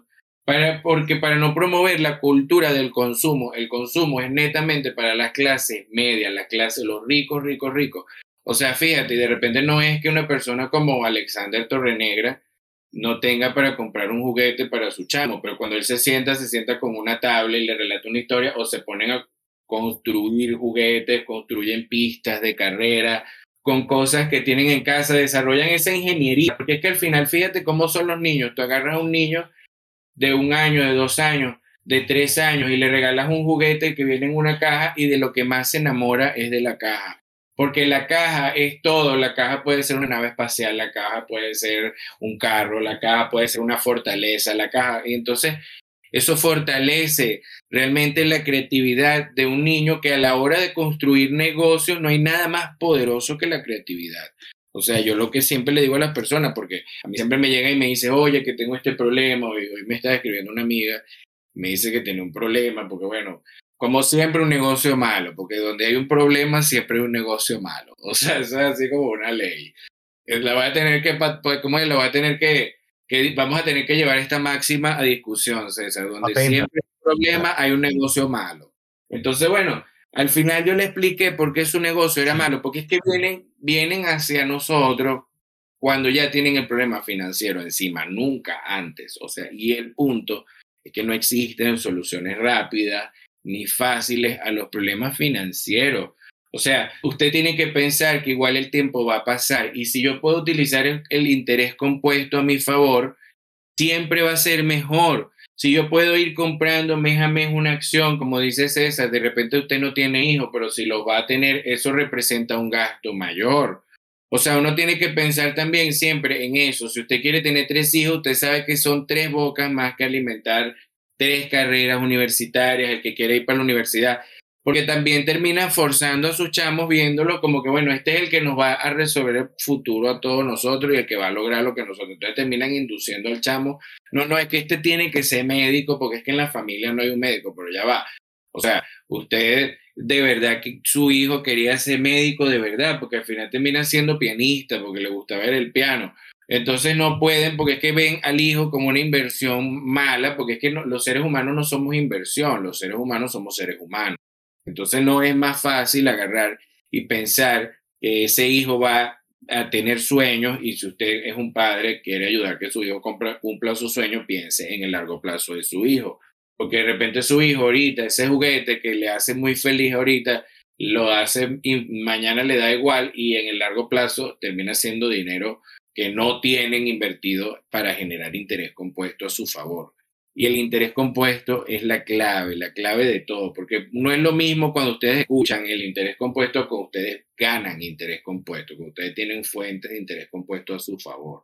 Para, porque para no promover la cultura del consumo, el consumo es netamente para las clases medias, las clases, los ricos, ricos, ricos. O sea, fíjate, de repente no es que una persona como Alexander Torrenegra no tenga para comprar un juguete para su chamo, pero cuando él se sienta, se sienta con una tabla y le relata una historia o se ponen a construir juguetes, construyen pistas de carrera con cosas que tienen en casa, desarrollan esa ingeniería, porque es que al final, fíjate cómo son los niños, tú agarras a un niño de un año, de dos años, de tres años y le regalas un juguete que viene en una caja y de lo que más se enamora es de la caja. Porque la caja es todo, la caja puede ser una nave espacial, la caja puede ser un carro, la caja puede ser una fortaleza, la caja. Y entonces eso fortalece realmente la creatividad de un niño que a la hora de construir negocios no hay nada más poderoso que la creatividad. O sea, yo lo que siempre le digo a las personas, porque a mí siempre me llega y me dice, oye, que tengo este problema, hoy, hoy me está escribiendo una amiga, me dice que tiene un problema, porque bueno, como siempre un negocio malo, porque donde hay un problema siempre hay un negocio malo. O sea, eso es así como una ley. La voy a tener que, pues, ¿cómo es? La voy a tener que, que, vamos a tener que llevar esta máxima a discusión, César, donde Atenta. siempre hay un problema, hay un negocio malo. Entonces, bueno, al final yo le expliqué por qué su negocio era malo, porque es que vienen, vienen hacia nosotros cuando ya tienen el problema financiero encima, nunca antes. O sea, y el punto es que no existen soluciones rápidas ni fáciles a los problemas financieros. O sea, usted tiene que pensar que igual el tiempo va a pasar y si yo puedo utilizar el, el interés compuesto a mi favor, siempre va a ser mejor. Si yo puedo ir comprando mes a mes una acción, como dice César, de repente usted no tiene hijos, pero si los va a tener, eso representa un gasto mayor. O sea, uno tiene que pensar también siempre en eso. Si usted quiere tener tres hijos, usted sabe que son tres bocas más que alimentar tres carreras universitarias, el que quiere ir para la universidad, porque también termina forzando a sus chamos viéndolo como que, bueno, este es el que nos va a resolver el futuro a todos nosotros y el que va a lograr lo que nosotros. Entonces terminan induciendo al chamo, no, no, es que este tiene que ser médico, porque es que en la familia no hay un médico, pero ya va. O sea, usted de verdad que su hijo quería ser médico de verdad, porque al final termina siendo pianista, porque le gusta ver el piano. Entonces no pueden, porque es que ven al hijo como una inversión mala, porque es que no, los seres humanos no somos inversión, los seres humanos somos seres humanos. Entonces no es más fácil agarrar y pensar que ese hijo va a tener sueños y si usted es un padre, quiere ayudar a que su hijo cumpla, cumpla sus sueños, piense en el largo plazo de su hijo. Porque de repente su hijo ahorita, ese juguete que le hace muy feliz ahorita, lo hace y mañana le da igual y en el largo plazo termina siendo dinero que no tienen invertido para generar interés compuesto a su favor. Y el interés compuesto es la clave, la clave de todo, porque no es lo mismo cuando ustedes escuchan el interés compuesto que ustedes ganan interés compuesto, que ustedes tienen fuentes de interés compuesto a su favor.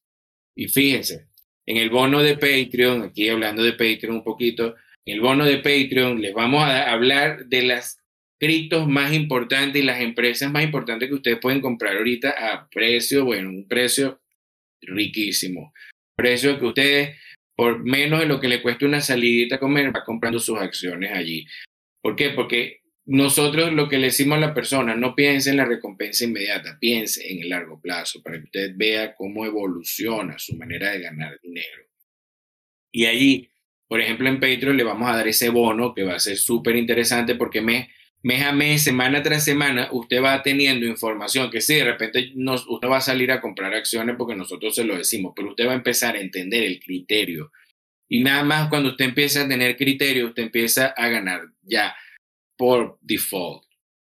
Y fíjense, en el bono de Patreon, aquí hablando de Patreon un poquito, en el bono de Patreon les vamos a hablar de las criptos más importantes y las empresas más importantes que ustedes pueden comprar ahorita a precio, bueno, un precio riquísimo. Precio que ustedes, por menos de lo que le cuesta una salidita a comer, va comprando sus acciones allí. ¿Por qué? Porque nosotros lo que le decimos a la persona, no piense en la recompensa inmediata, piense en el largo plazo, para que usted vea cómo evoluciona su manera de ganar dinero. Y allí, por ejemplo, en Patreon le vamos a dar ese bono que va a ser súper interesante porque mes, mes a mes, semana tras semana, usted va teniendo información que sí, de repente no, usted va a salir a comprar acciones porque nosotros se lo decimos, pero usted va a empezar a entender el criterio. Y nada más cuando usted empieza a tener criterio, usted empieza a ganar ya por default.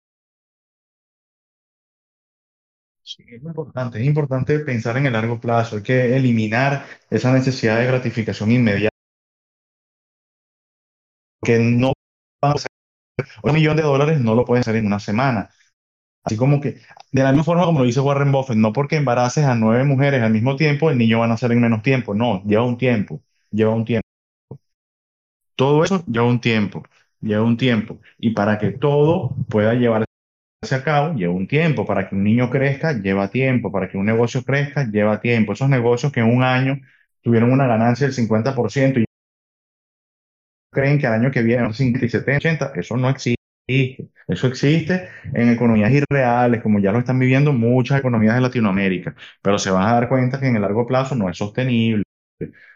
Sí, es importante, es importante pensar en el largo plazo, hay que eliminar esa necesidad de gratificación inmediata, que no va a ser un millón de dólares no lo puedes hacer en una semana. Así como que, de la misma forma como lo dice Warren Buffett, no porque embaraces a nueve mujeres al mismo tiempo, el niño va a nacer en menos tiempo. No, lleva un tiempo, lleva un tiempo. Todo eso lleva un tiempo, lleva un tiempo. Y para que todo pueda llevarse a cabo, lleva un tiempo. Para que un niño crezca, lleva tiempo. Para que un negocio crezca, lleva tiempo. Esos negocios que en un año tuvieron una ganancia del cincuenta por ciento y creen que al año que viene, cincuenta, setenta, ochenta, eso no existe. Eso existe en economías irreales, como ya lo están viviendo muchas economías de Latinoamérica, pero se van a dar cuenta que en el largo plazo no es sostenible.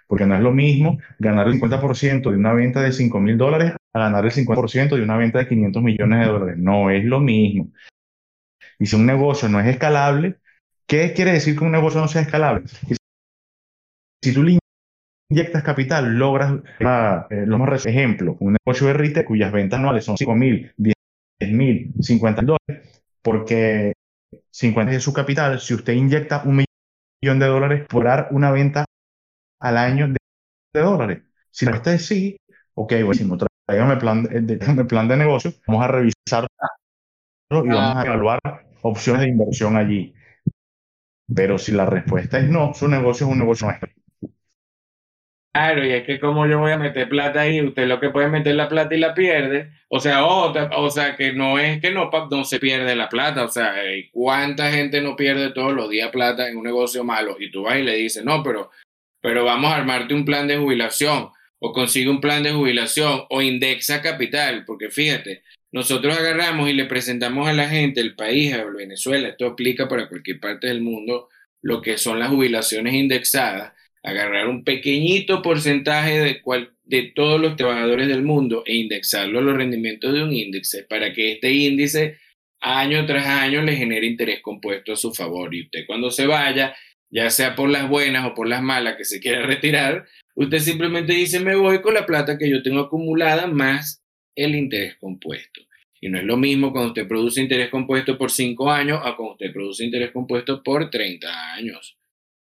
porque no es lo mismo ganar el cincuenta por ciento de una venta de cinco mil dólares a ganar el cincuenta por ciento de una venta de quinientos millones de dólares. No es lo mismo. Y si un negocio no es escalable, ¿qué quiere decir que un negocio no sea escalable? Que si tú le inyectas capital, logras, ah, eh, lo más ejemplo, un negocio de retail cuyas ventas anuales son cinco mil, diez mil, cincuenta mil dólares, porque cincuenta es su capital. Si usted inyecta un millón de dólares, podrá una venta al año de, de dólares. Si la respuesta es sí, ok, buenísimo, tráigame plan de, de, plan de negocio, vamos a revisarlo y vamos a evaluar opciones de inversión allí. Pero si la respuesta es no, su negocio es un negocio nuestro. Claro, y es que como yo voy a meter plata ahí, usted lo que puede meter la plata y la pierde, o sea, otra, o sea, que no es que no, no se pierde la plata, o sea, eh, ¿cuánta gente no pierde todos los días plata en un negocio malo? Y tú vas y le dices, no, pero, pero vamos a armarte un plan de jubilación, o consigue un plan de jubilación, o indexa capital, porque fíjate, nosotros agarramos y le presentamos a la gente, el país, a Venezuela, esto aplica para cualquier parte del mundo, lo que son las jubilaciones indexadas, agarrar un pequeñito porcentaje de, cual, de todos los trabajadores del mundo e indexarlo a los rendimientos de un índice para que este índice año tras año le genere interés compuesto a su favor. Y usted cuando se vaya, ya sea por las buenas o por las malas que se quiera retirar, usted simplemente dice me voy con la plata que yo tengo acumulada más el interés compuesto. Y no es lo mismo cuando usted produce interés compuesto por cinco años a cuando usted produce interés compuesto por treinta años.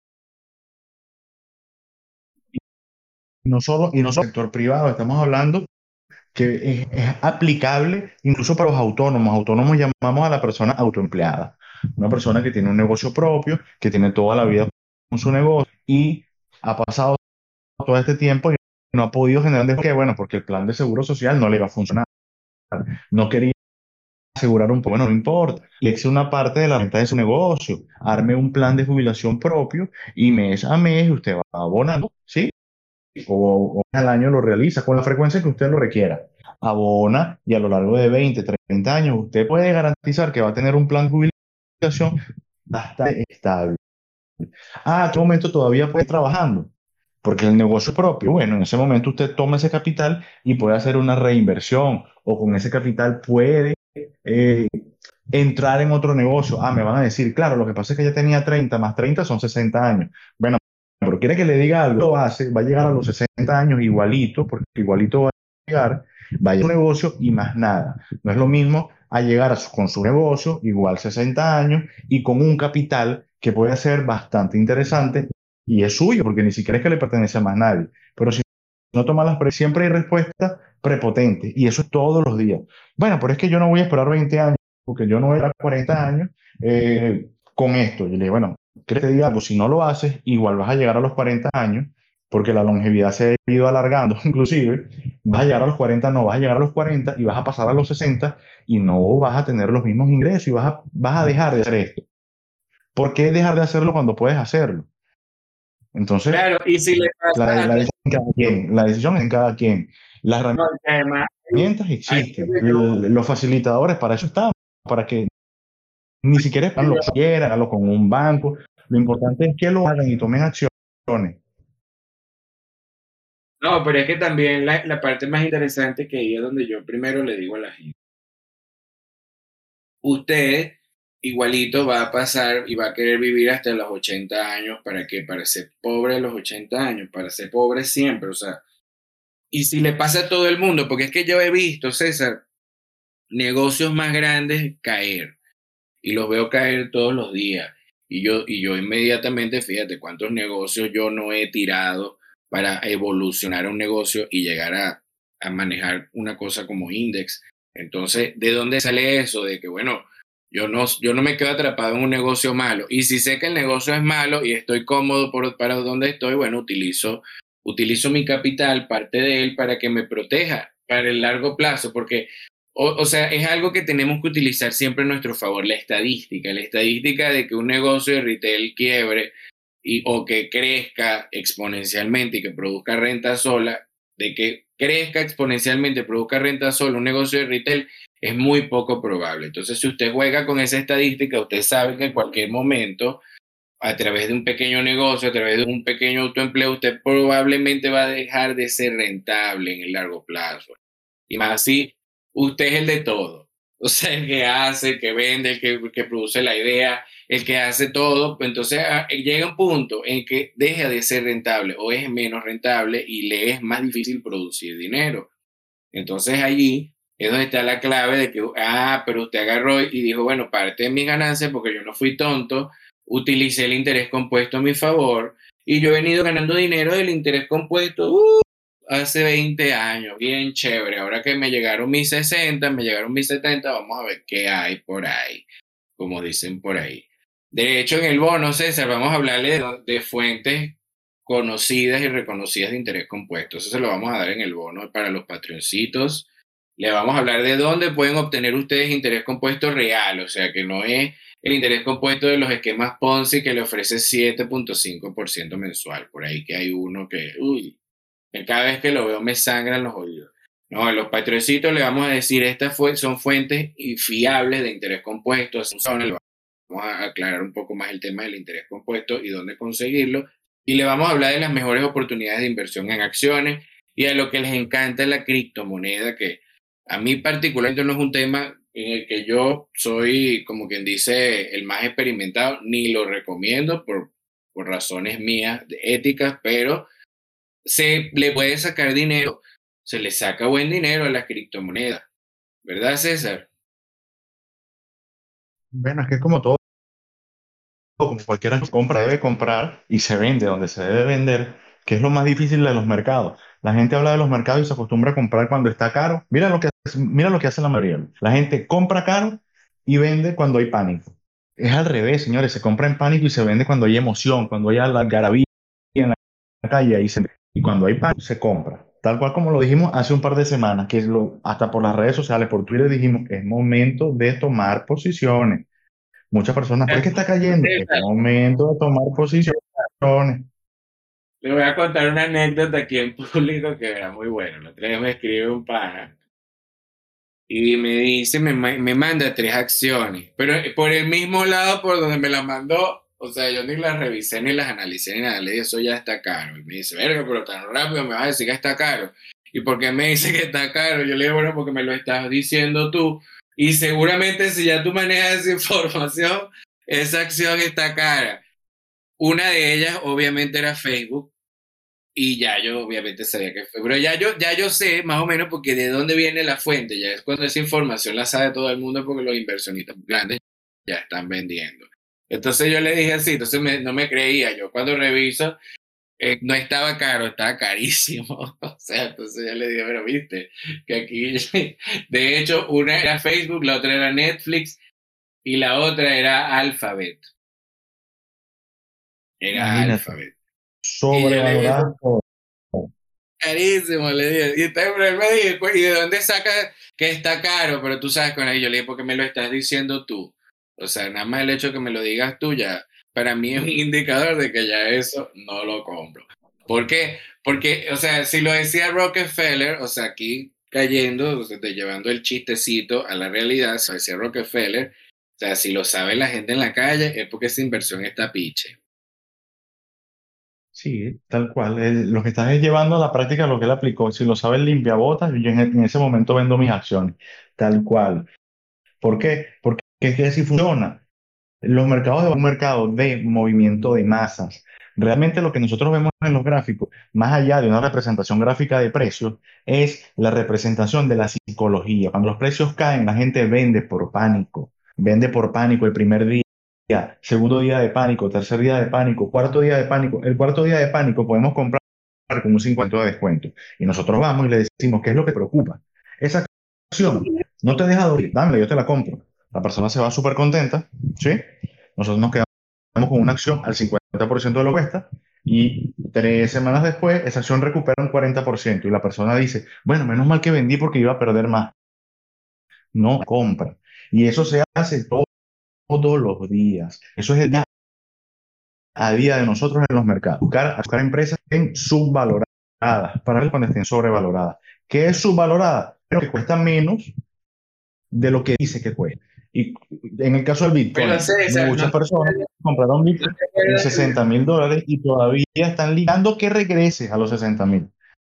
No solo, y no solo el sector privado, estamos hablando que es, es aplicable incluso para los autónomos. Autónomos llamamos a la persona autoempleada, una persona que tiene un negocio propio, que tiene toda la vida con su negocio y ha pasado todo este tiempo y no ha podido generar, que bueno, porque el plan de seguro social no le va a funcionar. No quería asegurar un poco, bueno, no importa, le eche una parte de la renta de su negocio, arme un plan de jubilación propio y mes a mes usted va abonando, ¿sí? O, o al año lo realiza con la frecuencia que usted lo requiera. Abona y a lo largo de veinte, treinta años usted puede garantizar que va a tener un plan de jubilación bastante estable. Ah, ¿a qué momento todavía puede ir trabajando? Porque el negocio propio, bueno, en ese momento usted toma ese capital y puede hacer una reinversión o con ese capital puede eh, entrar en otro negocio. Ah, me van a decir, claro, lo que pasa es que ya tenía treinta más treinta son sesenta años. Bueno, pero quiere que le diga algo, lo hace, va a llegar a los sesenta años igualito, porque igualito va a llegar, va a llegar a su negocio y más nada. No es lo mismo a llegar a su, con su negocio, igual sesenta años, y con un capital que puede ser bastante interesante y es suyo, porque ni siquiera es que le pertenece a más nadie. Pero si no toma las pre siempre hay respuestas prepotentes, y eso es todos los días. Bueno, pero es que yo no voy a esperar veinte años, porque yo no voy a esperar cuarenta años eh, con esto. Yo le digo, bueno, que te diga algo, si no lo haces, igual vas a llegar a los cuarenta años, porque la longevidad se ha ido alargando, inclusive, vas a llegar a los cuarenta, no vas a llegar a los cuarenta y vas a pasar a los sesenta y no vas a tener los mismos ingresos y vas a, vas a dejar de hacer esto. ¿Por qué dejar de hacerlo cuando puedes hacerlo? Entonces, claro, y si le pasa la, la, decisión en cada quien, la decisión es en cada quien. Las herramientas existen, los facilitadores para eso están, para que ni siquiera es lo quieran, háganlo con un banco. Lo importante es que lo hagan y tomen acciones. No, pero es que también la, la parte más interesante que ahí es donde yo primero le digo a la gente, usted igualito va a pasar y va a querer vivir hasta los ochenta años, ¿para qué? Para ser pobre a los ochenta años, para ser pobre siempre, o sea, y si le pasa a todo el mundo, porque es que yo he visto, César, negocios más grandes caer, y los veo caer todos los días, y yo, y yo inmediatamente, fíjate cuántos negocios yo no he tirado para evolucionar un negocio y llegar a, a manejar una cosa como Index. Entonces, ¿de dónde sale eso? De que, bueno, yo no, yo no me quedo atrapado en un negocio malo. Y si sé que el negocio es malo y estoy cómodo por, para donde estoy, bueno, utilizo, utilizo mi capital, parte de él, para que me proteja para el largo plazo, porque o, o sea, es algo que tenemos que utilizar siempre a nuestro favor, la estadística, la estadística de que un negocio de retail quiebre y, o que crezca exponencialmente y que produzca renta sola, de que crezca exponencialmente, produzca renta sola un negocio de retail, es muy poco probable. Entonces, si usted juega con esa estadística, usted sabe que en cualquier momento a través de un pequeño negocio, a través de un pequeño autoempleo, usted probablemente va a dejar de ser rentable en el largo plazo. Y más así, usted es el de todo. O sea, el que hace, el que vende, el que, el que produce la idea, el que hace todo. Pues entonces a- llega un punto en que deja de ser rentable o es menos rentable y le es más difícil producir dinero. Entonces allí es donde está la clave de que, ah, pero usted agarró y dijo, bueno, parte de mis ganancias, porque yo no fui tonto, utilicé el interés compuesto a mi favor y yo he venido ganando dinero del interés compuesto uh, hace veinte años, bien chévere. Ahora que me llegaron mis sesenta, me llegaron mis setenta, vamos a ver qué hay por ahí, como dicen por ahí. De hecho, en el bono, César, vamos a hablarle de, de fuentes conocidas y reconocidas de interés compuesto. Eso se lo vamos a dar en el bono para los patroncitos. Le vamos a hablar de dónde pueden obtener ustedes interés compuesto real, o sea, que no es el interés compuesto de los esquemas Ponzi que le ofrece siete punto cinco por ciento mensual. Por ahí que hay uno que, uy, que cada vez que lo veo me sangran los oídos. No, a los patroncitos le vamos a decir, estas fue, son fuentes y fiables de interés compuesto, son, le vamos a aclarar un poco más el tema del interés compuesto y dónde conseguirlo. Y le vamos a hablar de las mejores oportunidades de inversión en acciones y a lo que les encanta la criptomoneda, que a mí particularmente no es un tema en el que yo soy, como quien dice, el más experimentado, ni lo recomiendo por, por razones mías de éticas, pero se le puede sacar dinero, se le saca buen dinero a las criptomonedas, ¿verdad, César? Bueno, es que es como todo, como cualquiera que compra debe comprar y se vende donde se debe vender, que es lo más difícil de los mercados. La gente habla de los mercados y se acostumbra a comprar cuando está caro. Mira lo que, hace- mira lo que hace la mayoría. La gente compra caro y vende cuando hay pánico. Es al revés, señores. Se compra en pánico y se vende cuando hay emoción, cuando hay algarabía en la calle. Ahí se, y cuando hay pánico, se compra. Tal cual como lo dijimos hace un par de semanas, que es lo, hasta por las redes sociales, por Twitter dijimos, es momento de tomar posiciones. Muchas personas, ¿por qué está cayendo? Es César, momento de tomar posiciones. le voy a contar una anécdota aquí en público que era muy buena. La otra vez me escribe un pana y me dice, me, ma- me manda tres acciones, pero por el mismo lado por donde me las mandó, o sea, yo ni las revisé ni las analicé ni nada, le dije, eso ya está caro. Y me dice, verga, pero tan rápido me vas a decir que está caro. ¿Y por qué me dice que está caro? Yo le digo, bueno, porque me lo estás diciendo tú. Y seguramente si ya tú manejas esa información, esa acción está cara. Una de ellas, obviamente, era Facebook. Y ya yo obviamente sabía que fue, pero ya yo, ya yo sé más o menos porque de dónde viene la fuente, ya es cuando esa información la sabe todo el mundo porque los inversionistas grandes ya están vendiendo. Entonces yo le dije así, entonces me- no me creía, yo cuando reviso eh, no estaba caro, estaba carísimo. O sea, entonces yo le dije, pero viste, que aquí, de hecho, una era Facebook, la otra era Netflix y la otra era Alphabet, era Imagínate, Alphabet. Y yo le dije, sobrevalorado. carísimo, le dije. Y entonces pero él me dijo, "Pues, ¿y de dónde saca que está caro? Pero tú sabes con ello. Le dije, porque me lo estás diciendo tú. O sea, nada más el hecho de que me lo digas tú ya, para mí es un indicador de que ya eso no lo compro. ¿Por qué? Porque, o sea, si lo decía Rockefeller, o sea, aquí cayendo, o sea, te llevando el chistecito a la realidad, si lo decía Rockefeller, o sea, si lo sabe la gente en la calle, es porque esa inversión está piche. Sí, tal cual. Él- lo que estás es llevando a la práctica lo que él aplicó. Si lo sabes limpiabotas, yo en, en ese momento vendo mis acciones. Tal cual. ¿Por qué? Porque es que así funciona. Los mercados de un mercado de movimiento de masas. Realmente lo que nosotros vemos en los gráficos, más allá de una representación gráfica de precios, es la representación de la psicología. Cuando los precios caen, la gente vende por pánico. Vende por pánico el primer día, segundo día de pánico, tercer día de pánico, cuarto día de pánico. El cuarto día de pánico podemos comprar con un cincuenta de descuento. Y nosotros vamos y le decimos, ¿qué es lo que preocupa? Esa acción no te deja dormir, dámela, yo te la compro. La persona se va súper contenta, ¿sí? Nosotros nos quedamos con una acción al cincuenta por ciento de lo que cuesta y tres semanas después esa acción recupera un cuarenta por ciento y la persona dice, bueno, menos mal que vendí porque iba a perder más. No compra. Y eso se hace todo, todos los días. Eso es el día a día de nosotros en los mercados. Buscar, buscar empresas que estén subvaloradas para ver cuando estén sobrevaloradas. ¿Qué es subvalorada? Pero que cuesta menos de lo que dice que cuesta. Y en el caso del Pero Bitcoin, César, muchas no te personas acuerdas, compraron no Bitcoin te en acuerdas del- sesenta mil dólares y todavía están ligando que regreses a los sesenta mil.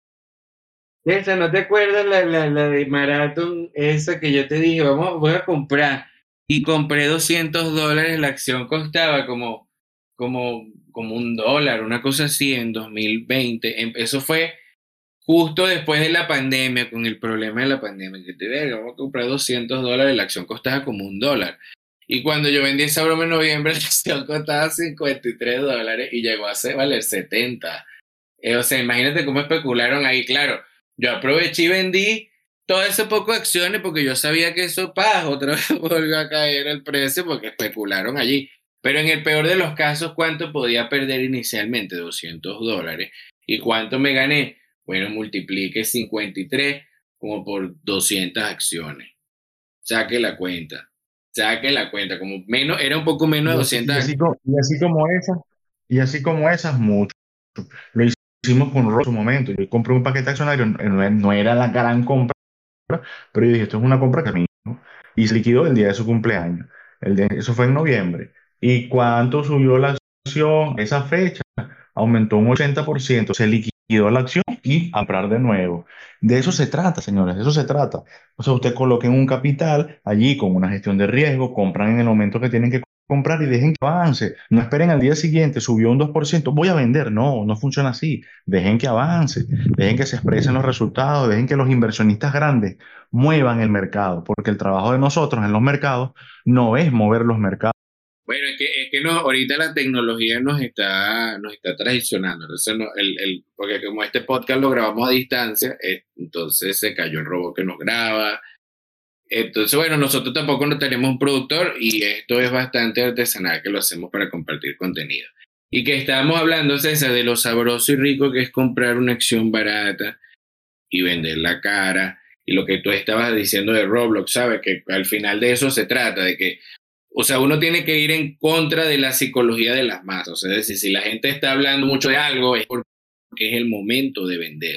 César, ¿no te acuerdas la, la, la de Marathon, esa que yo te dije, vamos, voy a comprar? Y compré doscientos dólares, la acción costaba como, como, como un dólar, una cosa así en dos mil veinte. Em- Eso fue justo después de la pandemia, con el problema de la pandemia, que te digo, vamos a comprar doscientos dólares, la acción costaba como un dólar. Y cuando yo vendí esa broma en noviembre, la acción costaba cincuenta y tres dólares y llegó a ser, valer setenta. Eh, o sea, imagínate cómo especularon ahí. Claro, yo aproveché y vendí todo ese poco de acciones porque yo sabía que eso, paz, otra vez volvió a caer el precio porque especularon allí. Pero en el peor de los casos, ¿cuánto podía perder inicialmente? Doscientos dólares. ¿Y cuánto me gané? Bueno, multiplique cincuenta y tres como por doscientas acciones. Saque la cuenta. Saque la cuenta. Como menos, era un poco menos de Y así, y doscientas así, acciones. co- y así como esas, y así como esas, mucho. Lo hicimos con Ross en su momento. Yo compré un paquete accionario, no, no no era la gran compra, pero yo dije, esto es una compra que a mí, ¿no? Y se liquidó el día de su cumpleaños. El de- eso fue en noviembre. ¿Y cuánto subió la acción? Esa fecha aumentó un ochenta por ciento, se liquidó la acción y a comprar de nuevo. De eso se trata, señores, de eso se trata. O sea, usted coloquen un capital allí con una gestión de riesgo, compran en el momento que tienen que comprar y dejen que avance. No esperen al día siguiente, subió un dos por ciento, voy a vender. No, no funciona así. Dejen que avance, dejen que se expresen los resultados, dejen que los inversionistas grandes muevan el mercado, porque el trabajo de nosotros en los mercados no es mover los mercados. Bueno, es que, es que no, ahorita la tecnología nos está, nos está traicionando. Entonces, no, el, el, porque como este podcast lo grabamos a distancia, eh, entonces se cayó el robot que nos graba. Entonces, bueno, nosotros tampoco no tenemos un productor y esto es bastante artesanal que lo hacemos para compartir contenido. Y que estábamos hablando, César, de lo sabroso y rico que es comprar una acción barata y venderla cara. Y lo que tú estabas diciendo de Roblox, ¿sabes? Que al final de eso se trata, de que o sea, uno tiene que ir en contra de la psicología de las masas. O sea, es decir, si la gente está hablando mucho de algo, es porque es el momento de vender.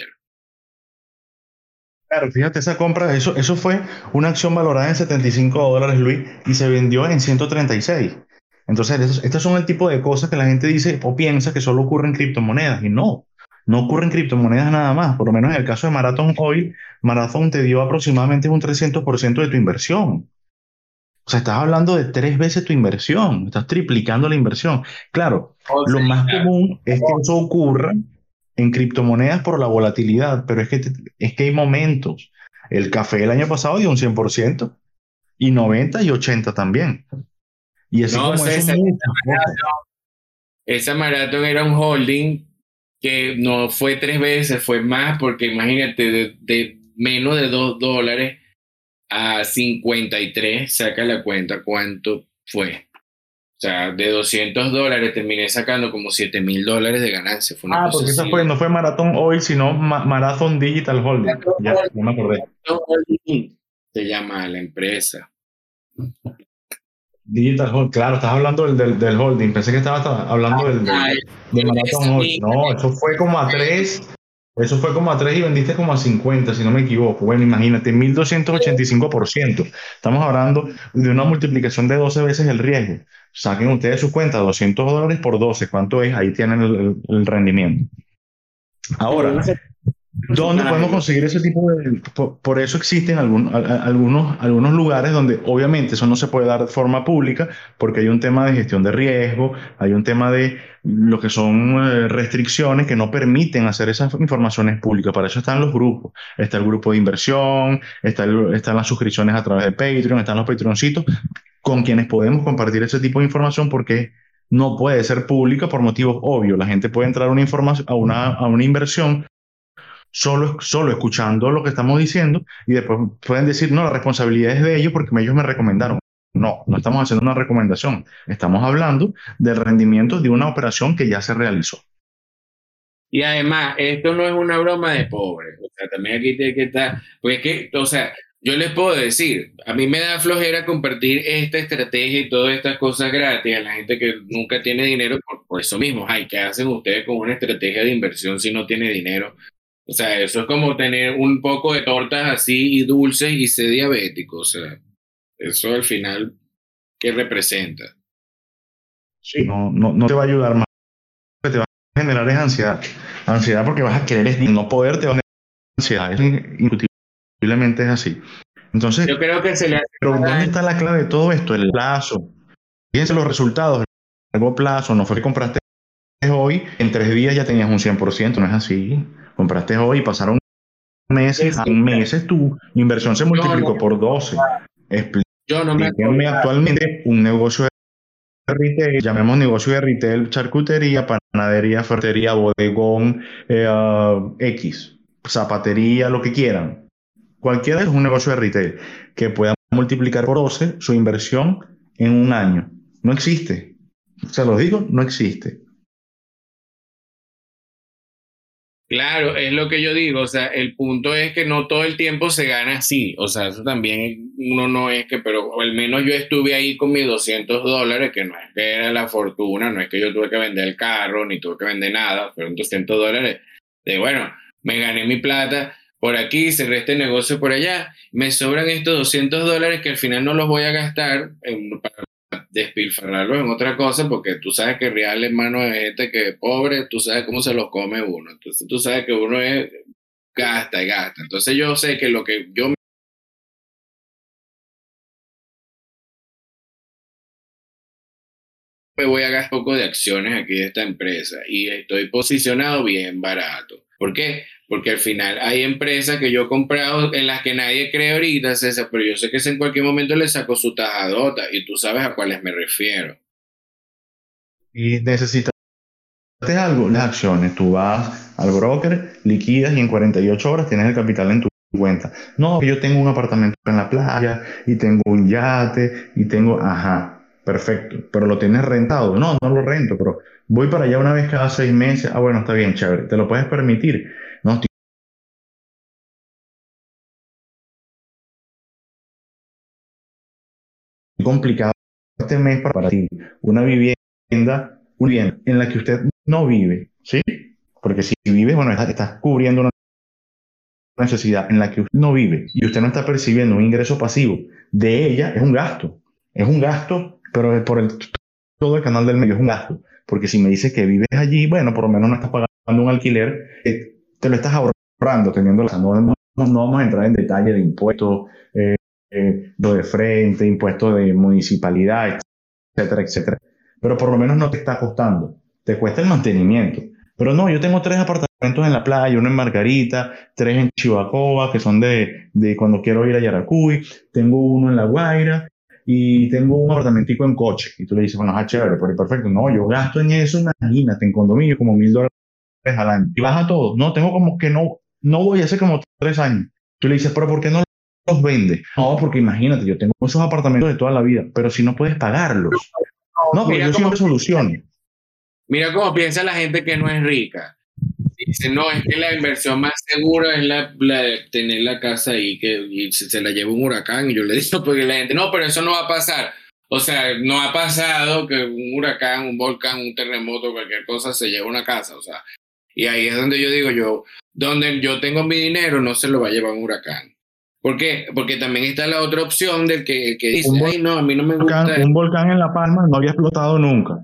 Claro, fíjate, esa compra, eso, eso fue una acción valorada en setenta y cinco dólares, Luis, y se vendió en ciento treinta y seis. Entonces, estos, estos son el tipo de cosas que la gente dice o piensa que solo ocurren en criptomonedas, y no, no ocurre en criptomonedas nada más. Por lo menos en el caso de Marathon Oil, Marathon te dio aproximadamente un trescientos por ciento de tu inversión. O sea, estás hablando de tres veces tu inversión, estás triplicando la inversión. Claro, O lo más sea, común es que eso ocurra en criptomonedas por la volatilidad, pero es que, te- es que hay momentos. El café el año pasado dio un cien por ciento y noventa y ochenta también. Y así no, como eso, César, muchas cosas. esa maratón era un holding que no fue tres veces, fue más, porque imagínate, de, de menos de dos dólares a cincuenta y tres, saca la cuenta cuánto fue. O sea, de doscientos dólares terminé sacando como siete mil dólares de ganancia. Fue una Ah, cosa porque esa así. fue, no fue Marathon Oil, sino Ma- Marathon Digital Holding. Ya, ya me acordé. Holding se llama la empresa. Digital Holding, claro, estás hablando del, del, del holding. Pensé que estabas hablando del, Ah, del, de Marathon esa Oil. misma. No, eso fue como a tres. Eso fue como a tres y vendiste como a cincuenta, si no me equivoco. Bueno, imagínate, mil doscientos ochenta y cinco por ciento. Estamos hablando de una multiplicación de doce veces el riesgo. Saquen ustedes su cuenta, doscientos dólares por doce. ¿Cuánto es? Ahí tienen el, el- el rendimiento. Ahora, ¿dónde podemos Porcentaje. conseguir ese tipo de...? Por, por eso existen algún- a- a- algunos, algunos lugares donde obviamente eso no se puede dar de forma pública porque hay un tema de gestión de riesgo, hay un tema de lo que son eh, restricciones que no permiten hacer esas informaciones públicas. Para eso están los grupos. Está el grupo de inversión, está el- están las suscripciones a través de Patreon, están los Patreoncitos con quienes podemos compartir ese tipo de información porque no puede ser pública por motivos obvios. La gente puede entrar a una información, a una, a una inversión solo, solo escuchando lo que estamos diciendo y después pueden decir, no, la responsabilidad es de ellos porque ellos me recomendaron. No, no estamos haciendo una recomendación, estamos hablando del rendimiento de una operación que ya se realizó. Y además, esto no es una broma de pobre. O sea, también aquí tiene que estar. Pues es que, o sea, yo les puedo decir, a mí me da flojera compartir esta estrategia y todas estas cosas gratis a la gente que nunca tiene dinero por, por eso mismo. Ay, ¿qué hacen ustedes con una estrategia de inversión si no tiene dinero? O sea, eso es como tener un poco de tortas así y dulces y ser diabético. O sea, Eso al final, ¿qué representa? Sí, no, no, no te va a ayudar más. Lo que te va a generar es ansiedad. Ansiedad porque vas a querer es no poder, te va a generar ansiedad. Es indiscutiblemente es así. Entonces, Yo creo que se le hace pero más ¿dónde daño. está la clave de todo esto? El plazo. Fíjense los resultados. A largo plazo, no fue que compraste hoy, en tres días ya tenías un cien por ciento, no es así. Compraste hoy y pasaron meses, Es en que meses tu inversión se yo no, multiplicó por doce. yo no me Explíquenme acordaba. actualmente un negocio de retail, llamemos negocio de retail, charcutería, panadería, ferretería, bodegón, eh, uh, X, zapatería, lo que quieran. Cualquiera es un negocio de retail que pueda multiplicar por doce su inversión en un año. No existe. Se los digo, no existe. Claro, es lo que yo digo, o sea, el punto es que no todo el tiempo se gana así, o sea, eso también uno no es que, pero al menos yo estuve ahí con mis doscientos dólares, que no es que era la fortuna, no es que yo tuve que vender el carro, ni tuve que vender nada, fueron doscientos dólares, de bueno, me gané mi plata por aquí, cerré este negocio por allá, me sobran estos doscientos dólares que al final no los voy a gastar en, despilfarrarlo en otra cosa, porque tú sabes que real hermano de gente que es pobre, tú sabes cómo se los come uno. Entonces tú sabes que uno es gasta y gasta. Entonces yo sé que lo que yo me voy a gastar un poco de acciones aquí de esta empresa y estoy posicionado bien barato. ¿Por qué? Porque al final hay empresas que yo he comprado en las que nadie cree ahorita, César, pero yo sé que en cualquier momento le saco su tajadota y tú sabes a cuáles me refiero. Y necesitas algo, las acciones. Tú vas al broker, liquidas y en cuarenta y ocho horas tienes el capital en tu cuenta. No, que yo tengo un apartamento en la playa y tengo un yate y tengo, ajá, perfecto, pero lo tienes rentado. No, no lo rento, pero voy para allá una vez cada seis meses. Ah, bueno, está bien, chévere, te lo puedes permitir. No, estoy complicado este mes para, para ti. Una vivienda, una vivienda en la que usted no vive, ¿sí? Porque si vives, bueno, estás, estás cubriendo una necesidad en la que usted no vive y usted no está percibiendo un ingreso pasivo de ella, es un gasto. Es un gasto, pero por el, todo el canal del medio es un gasto. Porque si me dices que vives allí, bueno, por lo menos no estás pagando un alquiler, eh, te lo estás ahorrando, teniendo la... No, no, no vamos a entrar en detalle de impuestos, eh, eh, lo de frente, impuestos de municipalidad, etcétera, etcétera. Pero por lo menos no te está costando. Te cuesta el mantenimiento. Pero no, yo tengo tres apartamentos en la playa, uno en Margarita, tres en Chivacoa, que son de, de cuando quiero ir a Yaracuy, tengo uno en La Guaira y tengo un apartamentico en Coche. Y tú le dices, bueno, ah, chévere, pero perfecto. No, yo gasto en eso, imagínate, en condominio como mil dólares al año. Y baja todo. No, tengo como que no, no voy a hacer como tres años. Tú le dices, pero ¿por qué no los vende? No, porque imagínate, yo tengo esos apartamentos de toda la vida, pero si no puedes pagarlos. No, pero Mira yo cómo, siempre soluciono. mira cómo piensa la gente que no es rica. Dice, no, es que la inversión más segura es la, la de tener la casa ahí, que y si se la lleva un huracán. Y yo le digo, porque la gente, no, pero eso no va a pasar. O sea, no ha pasado que un huracán, un volcán, un terremoto, cualquier cosa se lleve una casa. O sea, y ahí es donde yo digo, yo, donde yo tengo mi dinero, no se lo va a llevar un huracán. ¿Por qué? Porque también está la otra opción del que, el que Un dice, ay, no, a mí no me volcán, gusta. un volcán en La Palma no había explotado nunca.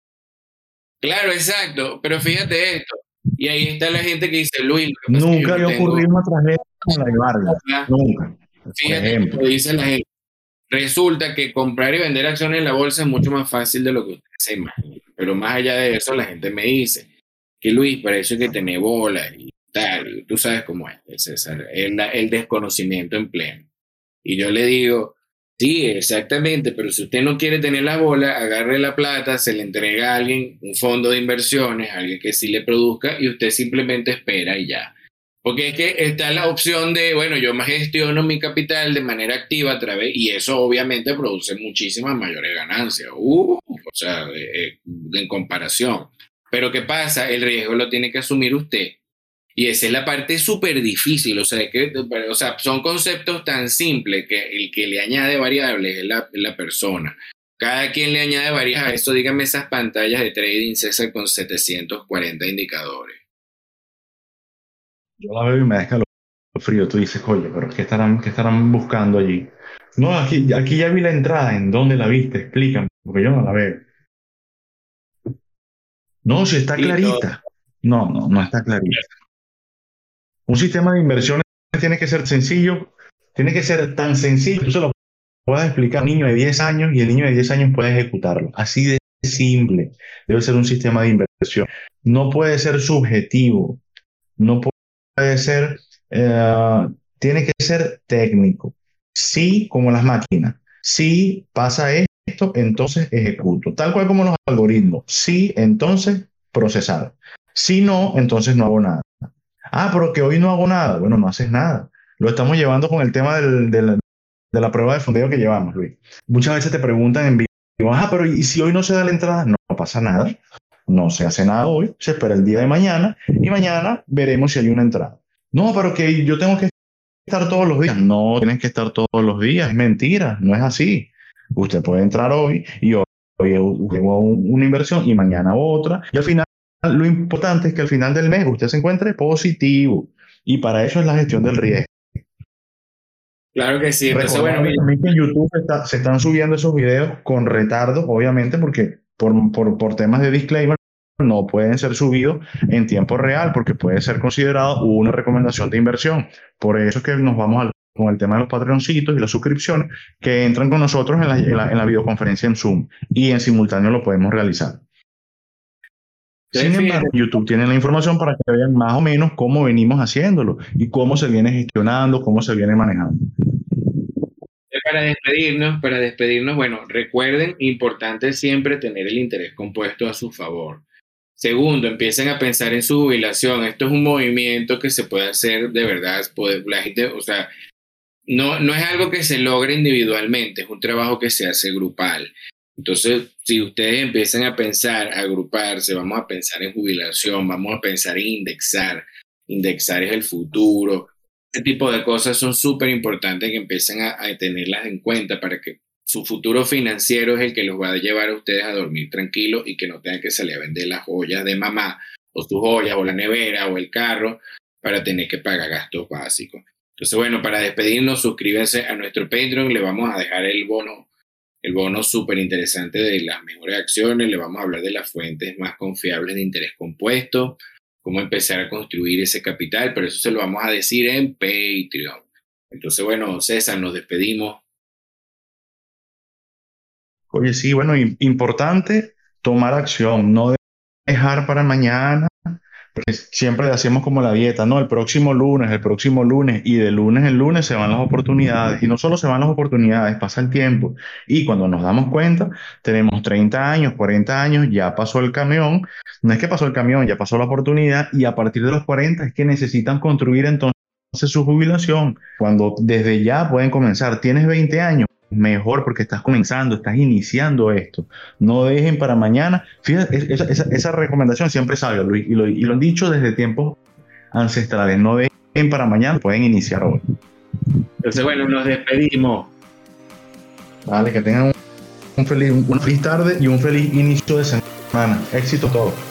Claro, exacto, pero fíjate esto. Y ahí está la gente que dice, Luis, lo que pasa es que yo Nunca no había tengo ocurrido una tragedia como la de Vargas. bola. Nunca. Por Fíjate ejemplo. como dice la gente. Resulta que comprar y vender acciones en la bolsa es mucho más fácil de lo que usted se imagina. Pero más allá de eso, la gente me dice que Luis, para eso hay que tener bola y tal. Y tú sabes cómo es, César, el, el desconocimiento en pleno. Y yo le digo, sí, exactamente, pero si usted no quiere tener la bola, agarre la plata, se le entrega a alguien, un fondo de inversiones, alguien que sí le produzca, y usted simplemente espera y ya. Porque es que está la opción de, bueno, yo me gestiono mi capital de manera activa a través, y eso obviamente produce muchísimas mayores ganancias, uh, o sea, eh, en comparación. Pero ¿qué pasa? El riesgo lo tiene que asumir usted. Y esa es la parte súper difícil, o sea, que, o sea, son conceptos tan simples que el que le añade variables es la, la persona. Cada quien le añade variables a eso, dígame esas pantallas de trading, César, con setecientos cuarenta indicadores. Yo la veo y me da escalofrío. Tú dices, oye, pero ¿qué estarán, qué estarán buscando allí? No, aquí, aquí ya vi la entrada. ¿En dónde la viste? Explícame, porque yo no la veo. No, si está Listo. clarita. No, no, no está clarita. Un sistema de inversiones tiene que ser sencillo, tiene que ser tan sencillo, tú se lo puedes explicar a un niño de diez años y el niño de diez años puede ejecutarlo. Así de simple debe ser un sistema de inversión. No puede ser subjetivo, no puede ser, eh, tiene que ser técnico. Sí, como las máquinas. Si pasa esto, entonces ejecuto. Tal cual como los algoritmos. Sí, entonces procesar. Si no, entonces no hago nada. Ah, pero que hoy no hago nada. Bueno, no haces nada. Lo estamos llevando con el tema del, del- de la prueba de fondeo que llevamos, Luis. Muchas veces te preguntan en vivo, ah, pero ¿y si hoy no se da la entrada? No, no pasa nada. No se hace nada hoy, se espera el día de mañana y mañana veremos si hay una entrada. No, pero que yo tengo que estar todos los días. No tienes que estar todos los días. Es mentira, no es así. Usted puede entrar hoy y hoy, hoy hago una inversión y mañana otra. Y al final, lo importante es que al final del mes usted se encuentre positivo. Y para eso es la gestión del riesgo. Claro que sí. Entonces, bueno, Recordarles mira, también que en YouTube está- se están subiendo esos videos con retardo, obviamente, porque por, por, por temas de disclaimer no pueden ser subidos en tiempo real, porque puede ser considerado una recomendación de inversión. Por eso es que nos vamos al- con el tema de los patroncitos y las suscripciones que entran con nosotros en la, en la, en la videoconferencia en Zoom y en simultáneo lo podemos realizar. Sin entonces embargo, fíjate, YouTube tiene la información para que vean más o menos cómo venimos haciéndolo y cómo se viene gestionando, cómo se viene manejando. para despedirnos, para despedirnos, bueno, recuerden, importante siempre tener el interés compuesto a su favor. Segundo, empiecen a pensar en su jubilación. Esto es un movimiento que se puede hacer de verdad. Poder, la gente, o sea, no, no es algo que se logre individualmente, es un trabajo que se hace grupal. Entonces, si ustedes empiezan a pensar, a agruparse, vamos a pensar en jubilación, vamos a pensar en indexar. Indexar es el futuro. Este tipo de cosas son súper importantes que empiecen a, a tenerlas en cuenta para que su futuro financiero es el que los va a llevar a ustedes a dormir tranquilos y que no tengan que salir a vender las joyas de mamá o sus joyas o la nevera o el carro para tener que pagar gastos básicos. Entonces, bueno, para despedirnos, suscríbanse a nuestro Patreon, le vamos a dejar el bono, el bono súper interesante de las mejores acciones, le vamos a hablar de las fuentes más confiables de interés compuesto, cómo empezar a construir ese capital, pero eso se lo vamos a decir en Patreon. Entonces, bueno, César, nos despedimos. Oye, sí, bueno, im- importante tomar acción, no dejar para mañana, porque siempre le hacemos como la dieta, ¿no? El próximo lunes, el próximo lunes, y de lunes en lunes se van las oportunidades, y no solo se van las oportunidades, pasa el tiempo, y cuando nos damos cuenta, tenemos treinta años, cuarenta años, ya pasó el camión, no es que pasó el camión, ya pasó la oportunidad, y a partir de los cuarenta es que necesitan construir entonces su jubilación, cuando desde ya pueden comenzar, tienes veinte años, mejor porque estás comenzando, estás iniciando esto. No dejen para mañana. Fíjate, esa, esa, esa recomendación siempre sale, Luis, y lo, y lo han dicho desde tiempos ancestrales. No dejen para mañana, pueden iniciar hoy. Entonces, bueno, nos despedimos. Vale, que tengan un, un feliz, una feliz tarde y un feliz inicio de semana. Éxito todo.